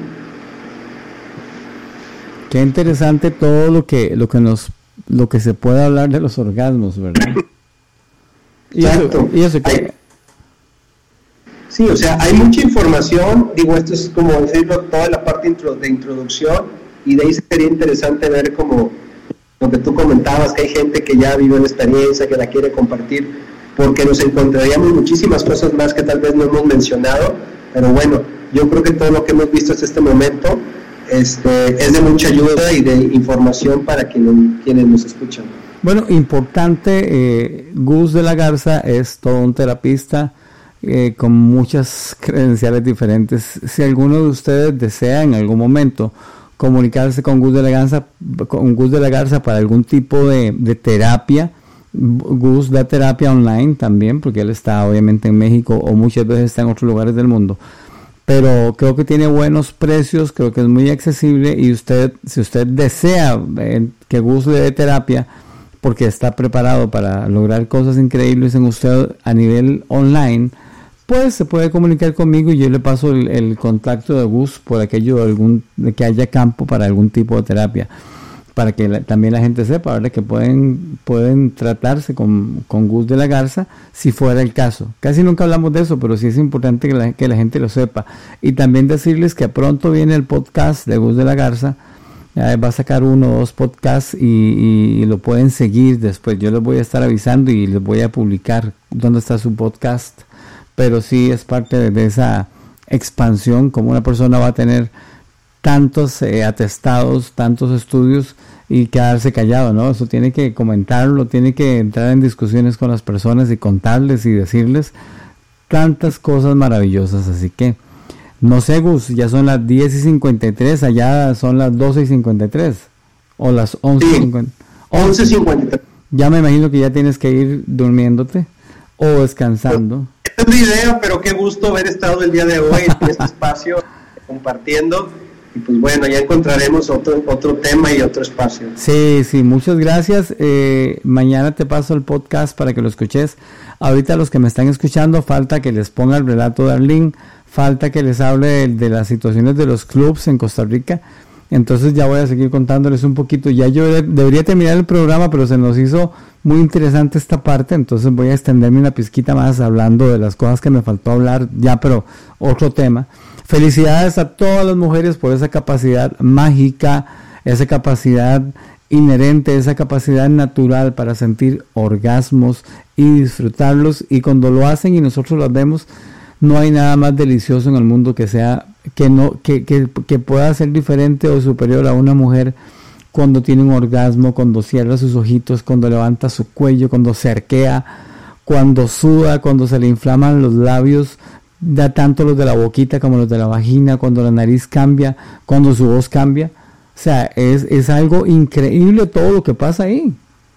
Qué interesante todo lo que se puede hablar de los orgasmos, ¿verdad? Exacto. Y eso que... Sí, o sea, hay mucha información. Digo, esto es como decirlo, toda la parte de introducción, y de ahí sería interesante ver como lo que tú comentabas, que hay gente que ya vive la experiencia, que la quiere compartir, porque nos encontraríamos muchísimas cosas más que tal vez no hemos mencionado, pero bueno, yo creo que todo lo que hemos visto hasta este momento es de mucha ayuda y de información para quienes nos escuchan. Bueno, importante, Gus de la Garza es todo un terapista con muchas credenciales diferentes. Si alguno de ustedes desea en algún momento comunicarse con Gus de la Garza para algún tipo de terapia, Gus da terapia online también, porque él está obviamente en México o muchas veces está en otros lugares del mundo, pero creo que tiene buenos precios, creo que es muy accesible, y si usted desea que Gus le dé terapia porque está preparado para lograr cosas increíbles en usted a nivel online, pues se puede comunicar conmigo y yo le paso el contacto de Gus por aquello de que haya campo para algún tipo de terapia, para que también la gente sepa, ¿verdad? Que pueden tratarse con Gus de la Garza si fuera el caso. Casi nunca hablamos de eso, pero sí es importante que la gente lo sepa. Y también decirles que pronto viene el podcast de Gus de la Garza. Va a sacar 1 o 2 podcasts y lo pueden seguir después. Yo les voy a estar avisando y les voy a publicar dónde está su podcast. Pero sí es parte de esa expansión, como una persona va a tener tantos atestados, tantos estudios y quedarse callado, ¿no? Eso tiene que comentarlo, tiene que entrar en discusiones con las personas y contarles y decirles tantas cosas maravillosas. Así que, no sé, Gus, ya son las 10:53, allá son las 12:53 o las 11:50. Sí, 11:53. Ya me imagino que ya tienes que ir durmiéndote o descansando. Esta es mi idea, pero qué gusto haber estado el día de hoy en este espacio compartiendo. Y pues bueno, ya encontraremos otro tema y otro espacio. Sí, muchas gracias. Mañana te paso el podcast para que lo escuches. Ahorita los que me están escuchando, falta que les ponga el relato de Arlene, falta que les hable de las situaciones de los clubs en Costa Rica. Entonces ya voy a seguir contándoles un poquito. Ya yo debería terminar el programa, pero se nos hizo muy interesante esta parte, entonces voy a extenderme una pizquita más hablando de las cosas que me faltó hablar ya, pero otro tema. Felicidades a todas las mujeres por esa capacidad mágica, esa capacidad inherente, esa capacidad natural para sentir orgasmos y disfrutarlos, y cuando lo hacen y nosotros los vemos, no hay nada más delicioso en el mundo que pueda ser diferente o superior a una mujer cuando tiene un orgasmo, cuando cierra sus ojitos, cuando levanta su cuello, cuando se arquea, cuando suda, cuando se le inflaman los labios, da tanto los de la boquita como los de la vagina, cuando la nariz cambia, cuando su voz cambia. O sea, es algo increíble todo lo que pasa ahí.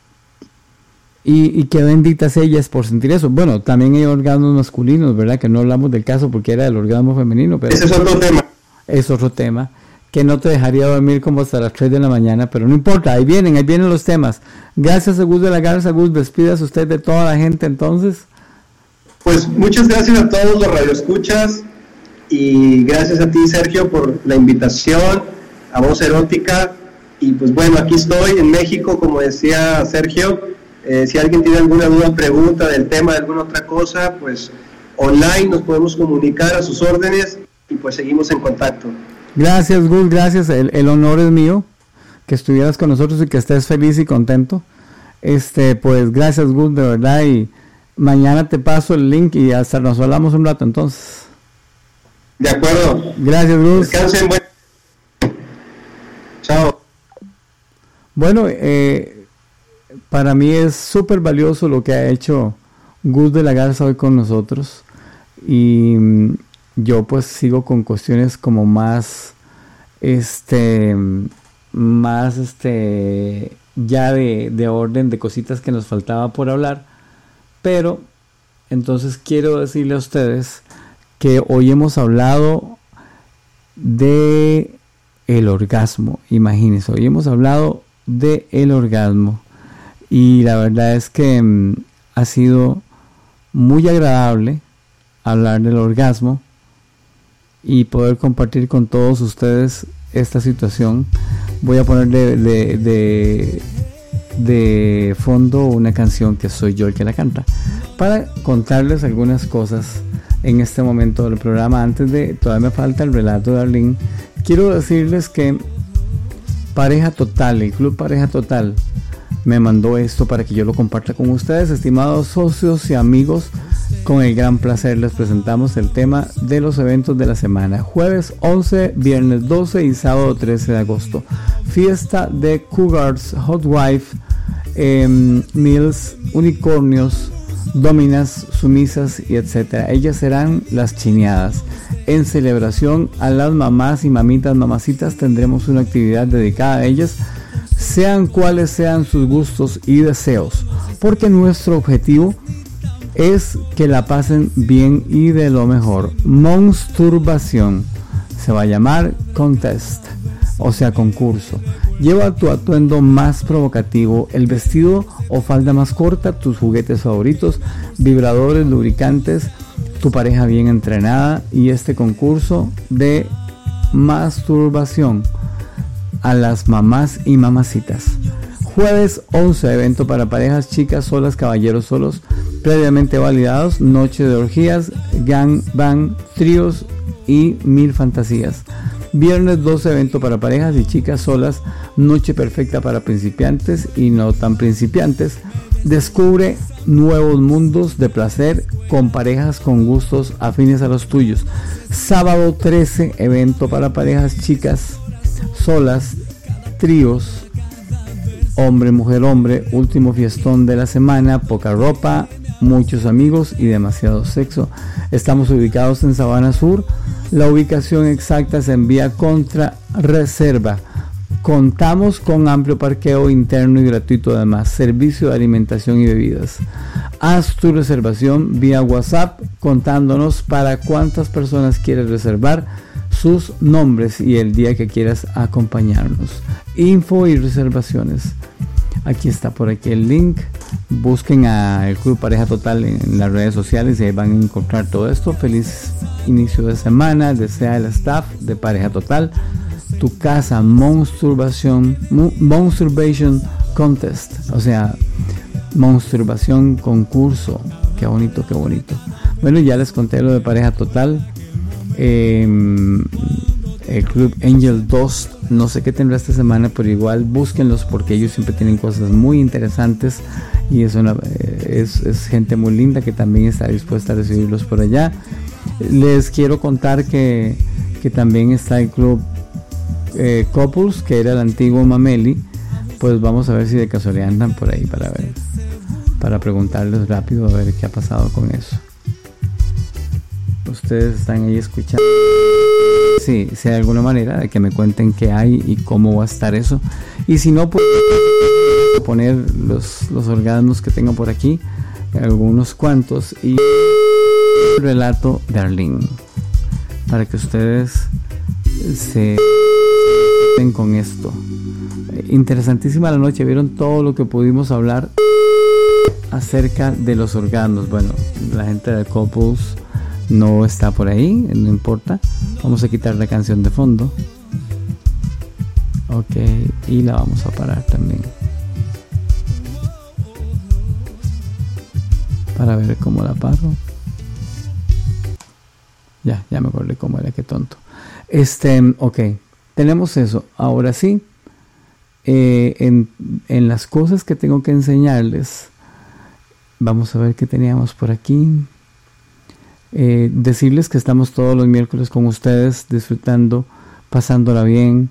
Y qué benditas ellas por sentir eso. Bueno, también hay orgasmos masculinos, ¿verdad? Que no hablamos del caso porque era el orgasmo femenino, pero ese es otro tema. Es otro tema que no te dejaría dormir como hasta las 3 de la mañana, pero no importa, ahí vienen los temas. Gracias a Gus de la Garza. Gus, despídase usted de toda la gente entonces. Pues muchas gracias a todos los radioescuchas y gracias a ti, Sergio, por la invitación a Voz Erótica. Y pues bueno, aquí estoy en México, como decía Sergio. Si alguien tiene alguna duda, pregunta del tema, de alguna otra cosa, pues online nos podemos comunicar a sus órdenes y pues seguimos en contacto. Gracias, Gus, gracias. El honor es mío que estuvieras con nosotros y que estés feliz y contento. Pues gracias, Gus, de verdad, y mañana te paso el link y hasta nos hablamos un rato entonces. De acuerdo. Gracias, Gus. Descansen, bueno. Chao. Bueno, para mí es súper valioso lo que ha hecho Gus de la Garza hoy con nosotros, y yo pues sigo con cuestiones como más ya de orden, de cositas que nos faltaba por hablar, pero entonces quiero decirle a ustedes que hoy hemos hablado de el orgasmo. Imagínense, hoy hemos hablado de el orgasmo, y la verdad es que ha sido muy agradable hablar del orgasmo y poder compartir con todos ustedes esta situación. Voy a poner de fondo una canción que soy yo el que la canta, para contarles algunas cosas en este momento del programa. Todavía me falta el relato de Arlene. Quiero decirles que Pareja Total, el Club Pareja Total, me mandó esto para que yo lo comparta con ustedes, estimados socios y amigos. Con el gran placer les presentamos el tema de los eventos de la semana. Jueves 11, viernes 12 y sábado 13 de agosto. Fiesta de Cougars, Hot Wife, Mills, Unicornios, Dominas, Sumisas y etcétera. Ellas serán las chineadas. En celebración a las mamás y mamitas, mamacitas, tendremos una actividad dedicada a ellas, sean cuales sean sus gustos y deseos, porque nuestro objetivo es que la pasen bien y de lo mejor. Monsturbación se va a llamar contest, o sea, concurso. Lleva tu atuendo más provocativo, el vestido o falda más corta, tus juguetes favoritos, vibradores, lubricantes, tu pareja bien entrenada y este concurso de masturbación a las mamás y mamacitas. Jueves 11, evento para parejas, chicas solas, caballeros solos, previamente validados, noche de orgías, gangbang, tríos y 1000 fantasías. Viernes 12, evento para parejas y chicas solas, noche perfecta para principiantes y no tan principiantes. Descubre nuevos mundos de placer con parejas con gustos afines a los tuyos. Sábado 13, evento para parejas, chicas solas, tríos, hombre, mujer, hombre, último fiestón de la semana, poca ropa, muchos amigos y demasiado sexo. Estamos ubicados en Sabana Sur. La ubicación exacta se envía contra reserva. Contamos con amplio parqueo interno y gratuito, además servicio de alimentación y bebidas. Haz tu reservación vía WhatsApp contándonos para cuántas personas quieres reservar, sus nombres y el día que quieras acompañarnos. Info y reservaciones. Aquí está por aquí el link. Busquen a el Club Pareja Total en las redes sociales y ahí van a encontrar todo esto. Feliz inicio de semana. Desea el staff de Pareja Total. Tu casa Monsturbation Contest. O sea, Monsturbation concurso. Qué bonito, qué bonito. Bueno, ya les conté lo de Pareja Total. El Club Angel 2, no sé qué tendrá esta semana, pero igual búsquenlos porque ellos siempre tienen cosas muy interesantes y es gente muy linda que también está dispuesta a recibirlos por allá. Les quiero contar que también está el Club Couples, que era el antiguo Mameli. Pues vamos a ver si de casualidad andan por ahí para preguntarles rápido a ver qué ha pasado con eso. Ustedes están ahí escuchando. Sí, si hay alguna manera de que me cuenten qué hay y cómo va a estar eso. Y si no, pues poner los orgasmos que tengo por aquí, algunos cuantos, y el relato de Arlene, para que ustedes se den con esto. Interesantísima la noche, vieron todo lo que pudimos hablar acerca de los orgasmos. Bueno, la gente de Couples no está por ahí, no importa. Vamos a quitar la canción de fondo. Ok, y la vamos a parar también para ver cómo la paro. Ya me acordé cómo era, qué tonto. Ok, tenemos eso. Ahora sí, en las cosas que tengo que enseñarles, vamos a ver qué teníamos por aquí. Decirles que estamos todos los miércoles con ustedes, disfrutando, pasándola bien,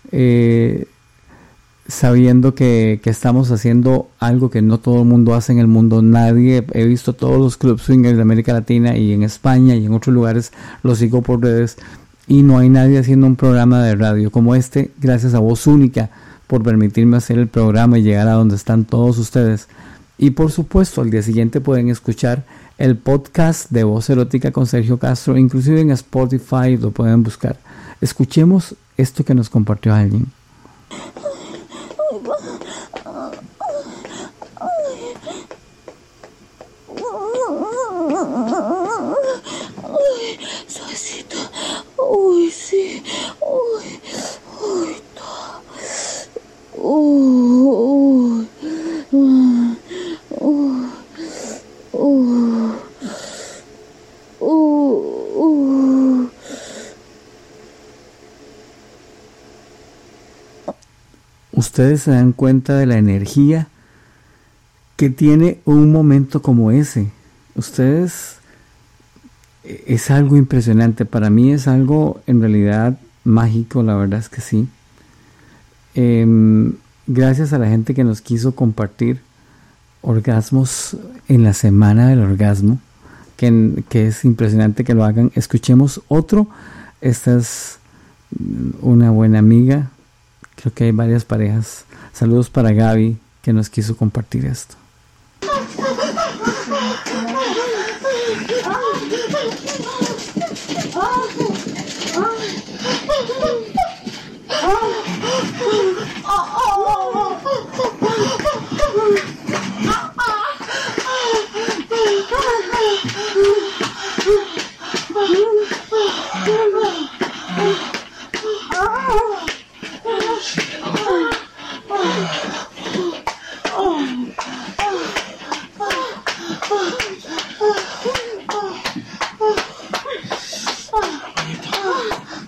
sabiendo que estamos haciendo algo que no todo el mundo hace en el mundo. Nadie, he visto todos los clubs swingers de América Latina y en España y en otros lugares, los sigo por redes, y no hay nadie haciendo un programa de radio como este. Gracias a Voz Única por permitirme hacer el programa y llegar a donde están todos ustedes. Y por supuesto, al día siguiente pueden escuchar el podcast de Voz Erótica con Sergio Castro, inclusive en Spotify lo pueden buscar. Escuchemos esto que nos compartió alguien. Suavecito. Uy, sí. Uy, Ustedes se dan cuenta de la energía que tiene un momento como ese. Ustedes, es algo impresionante. Para mí es algo en realidad mágico, la verdad es que sí. Gracias a la gente que nos quiso compartir orgasmos en la semana del orgasmo, que es impresionante que lo hagan. Escuchemos otro. Esta es una buena amiga. Creo que hay varias parejas. Saludos para Gaby, que nos quiso compartir esto.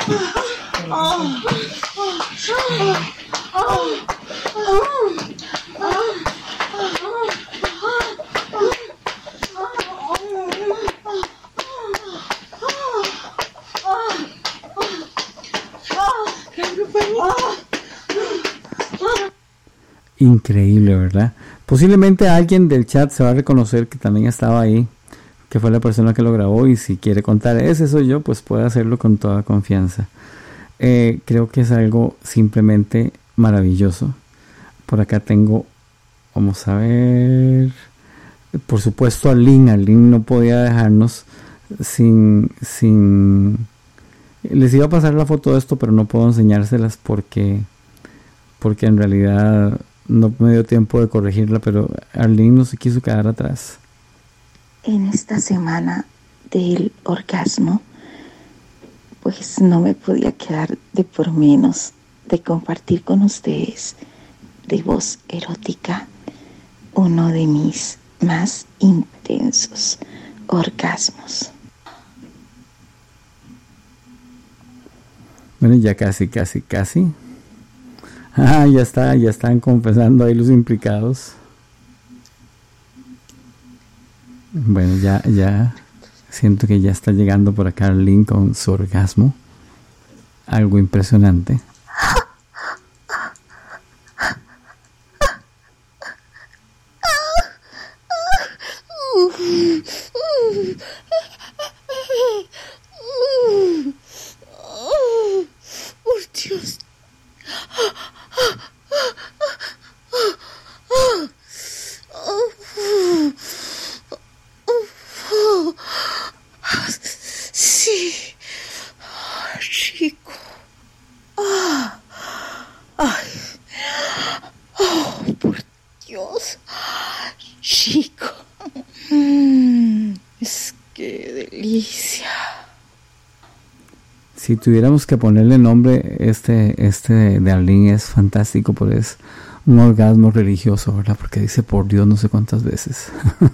Increíble, ¿verdad? Posiblemente alguien del chat se va a reconocer que también estaba ahí, que fue la persona que lo grabó, y si quiere contar ese soy yo, pues puede hacerlo con toda confianza. Creo que es algo simplemente maravilloso. Por acá tengo, vamos a ver, por supuesto Arlene no podía dejarnos sin les iba a pasar la foto de esto, pero no puedo enseñárselas porque en realidad no me dio tiempo de corregirla, pero Arlene no se quiso quedar atrás. En esta semana del orgasmo, pues no me podía quedar de por menos de compartir con ustedes de voz erótica uno de mis más intensos orgasmos. Bueno, ya casi. Ya están confesando ahí los implicados. Bueno, ya siento que ya está llegando por acá Arlene con su orgasmo. Algo impresionante. Dios. Sí, chico. Ay. Por Dios, chico. Es que delicia. Si tuviéramos que ponerle nombre, este de Arlene es fantástico, porque es un orgasmo religioso, ¿verdad? Porque dice por Dios no sé cuántas veces.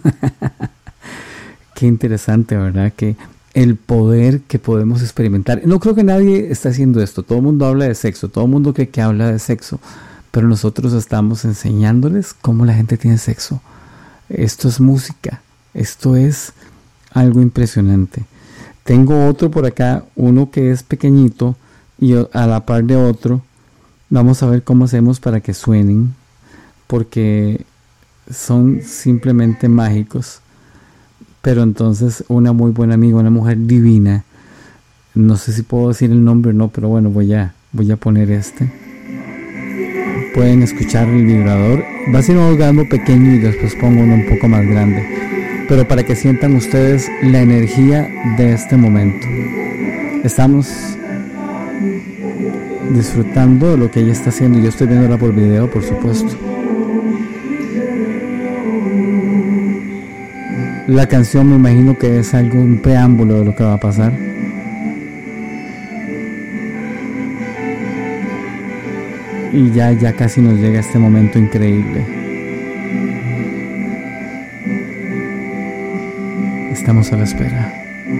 Qué interesante, ¿verdad? Que el poder que podemos experimentar. No creo que nadie está haciendo esto. Todo el mundo habla de sexo, todo el mundo cree que habla de sexo, pero nosotros estamos enseñándoles cómo la gente tiene sexo. Esto es música, esto es algo impresionante. Tengo otro por acá, uno que es pequeñito y a la par de otro. Vamos a ver cómo hacemos para que suenen, porque son simplemente mágicos. Pero entonces una muy buena amiga, una mujer divina, no sé si puedo decir el nombre o no, pero bueno, voy a poner este. Pueden escuchar el vibrador. Va a ser un orgasmo pequeño y después pongo uno un poco más grande, pero para que sientan ustedes la energía de este momento. Estamos disfrutando de lo que ella está haciendo. Yo estoy viéndola por video, por supuesto. La canción me imagino que es un preámbulo de lo que va a pasar. Y ya casi nos llega este momento increíble. Estamos a la espera.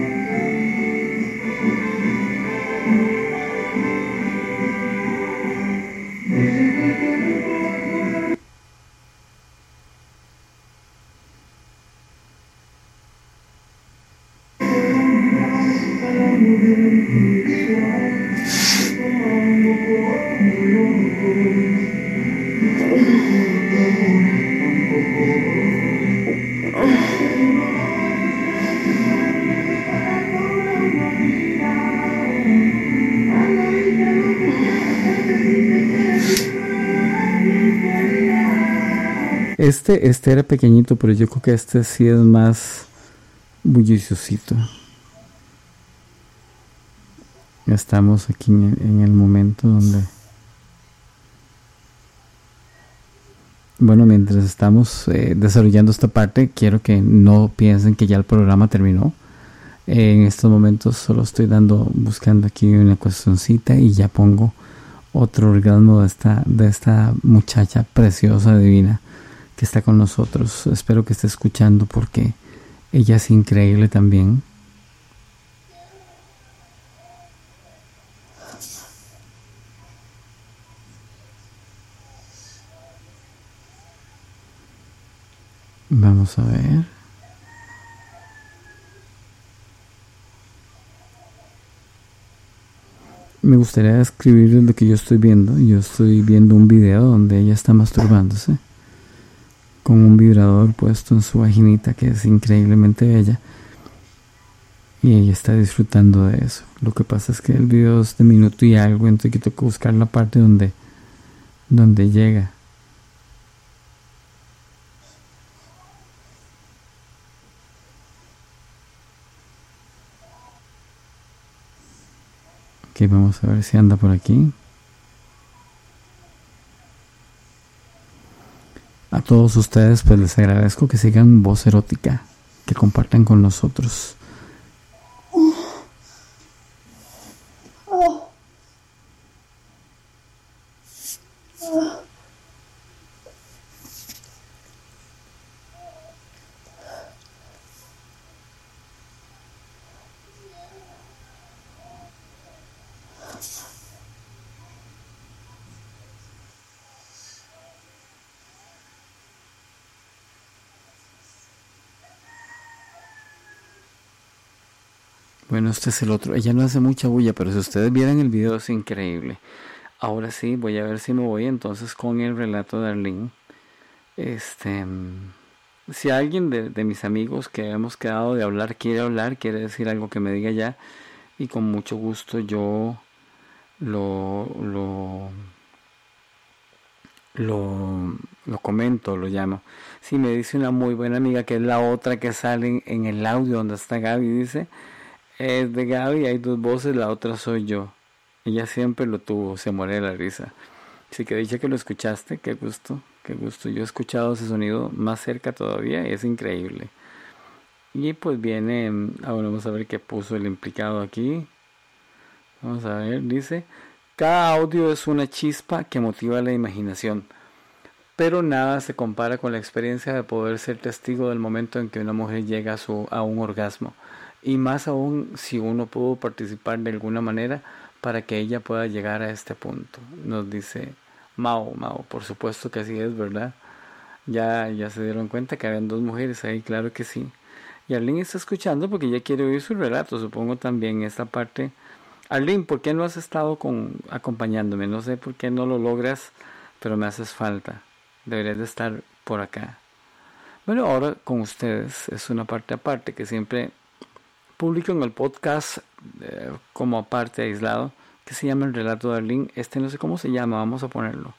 Este era pequeñito, pero yo creo que este sí es más bulliciosito. Estamos aquí en el momento donde... Bueno, mientras estamos desarrollando esta parte, quiero que no piensen que ya el programa terminó. En estos momentos solo estoy buscando aquí una cuestioncita y ya pongo otro orgasmo de esta muchacha preciosa, divina, que está con nosotros. Espero que esté escuchando porque ella es increíble también. Vamos a ver. Me gustaría describirles lo que yo estoy viendo. Yo estoy viendo un video donde ella está masturbándose con un vibrador puesto en su vaginita, que es increíblemente bella, y ella está disfrutando de eso. Lo que pasa es que el video es de minuto y algo, entonces tengo que buscar la parte donde llega. Ok, vamos a ver si anda por aquí. A todos ustedes pues les agradezco que sigan Voz Erótica, que compartan con nosotros. Bueno, este es el otro. Ella no hace mucha bulla, pero si ustedes vieran el video es increíble. Ahora sí, voy a ver si me voy entonces con el relato de Arlene. Si alguien de mis amigos que hemos quedado de hablar, quiere decir algo, que me diga ya. Y con mucho gusto yo lo comento, lo llamo. Si me dice una muy buena amiga, que es la otra que sale en el audio donde está Gaby, dice... Es de Gaby, hay dos voces, la otra soy yo. Ella siempre lo tuvo, se muere de la risa. Así que dice que lo escuchaste, qué gusto, qué gusto. Yo he escuchado ese sonido más cerca todavía y es increíble. Y pues viene, ahora vamos a ver qué puso el implicado aquí. Vamos a ver, dice: cada audio es una chispa que motiva la imaginación, pero nada se compara con la experiencia de poder ser testigo del momento en que una mujer llega a un orgasmo. Y más aún si uno pudo participar de alguna manera para que ella pueda llegar a este punto. Nos dice Mao, por supuesto que así es, ¿verdad? Ya se dieron cuenta que habían dos mujeres ahí, claro que sí. Y Arlene está escuchando porque ella quiere oír su relato, supongo también esta parte. Arlene, ¿por qué no has estado acompañándome? No sé por qué no lo logras, pero me haces falta. Deberías de estar por acá. Bueno, ahora con ustedes es una parte aparte que siempre publico en el podcast como aparte aislado, que se llama El Relato de Arlene. No sé cómo se llama, vamos a ponerlo.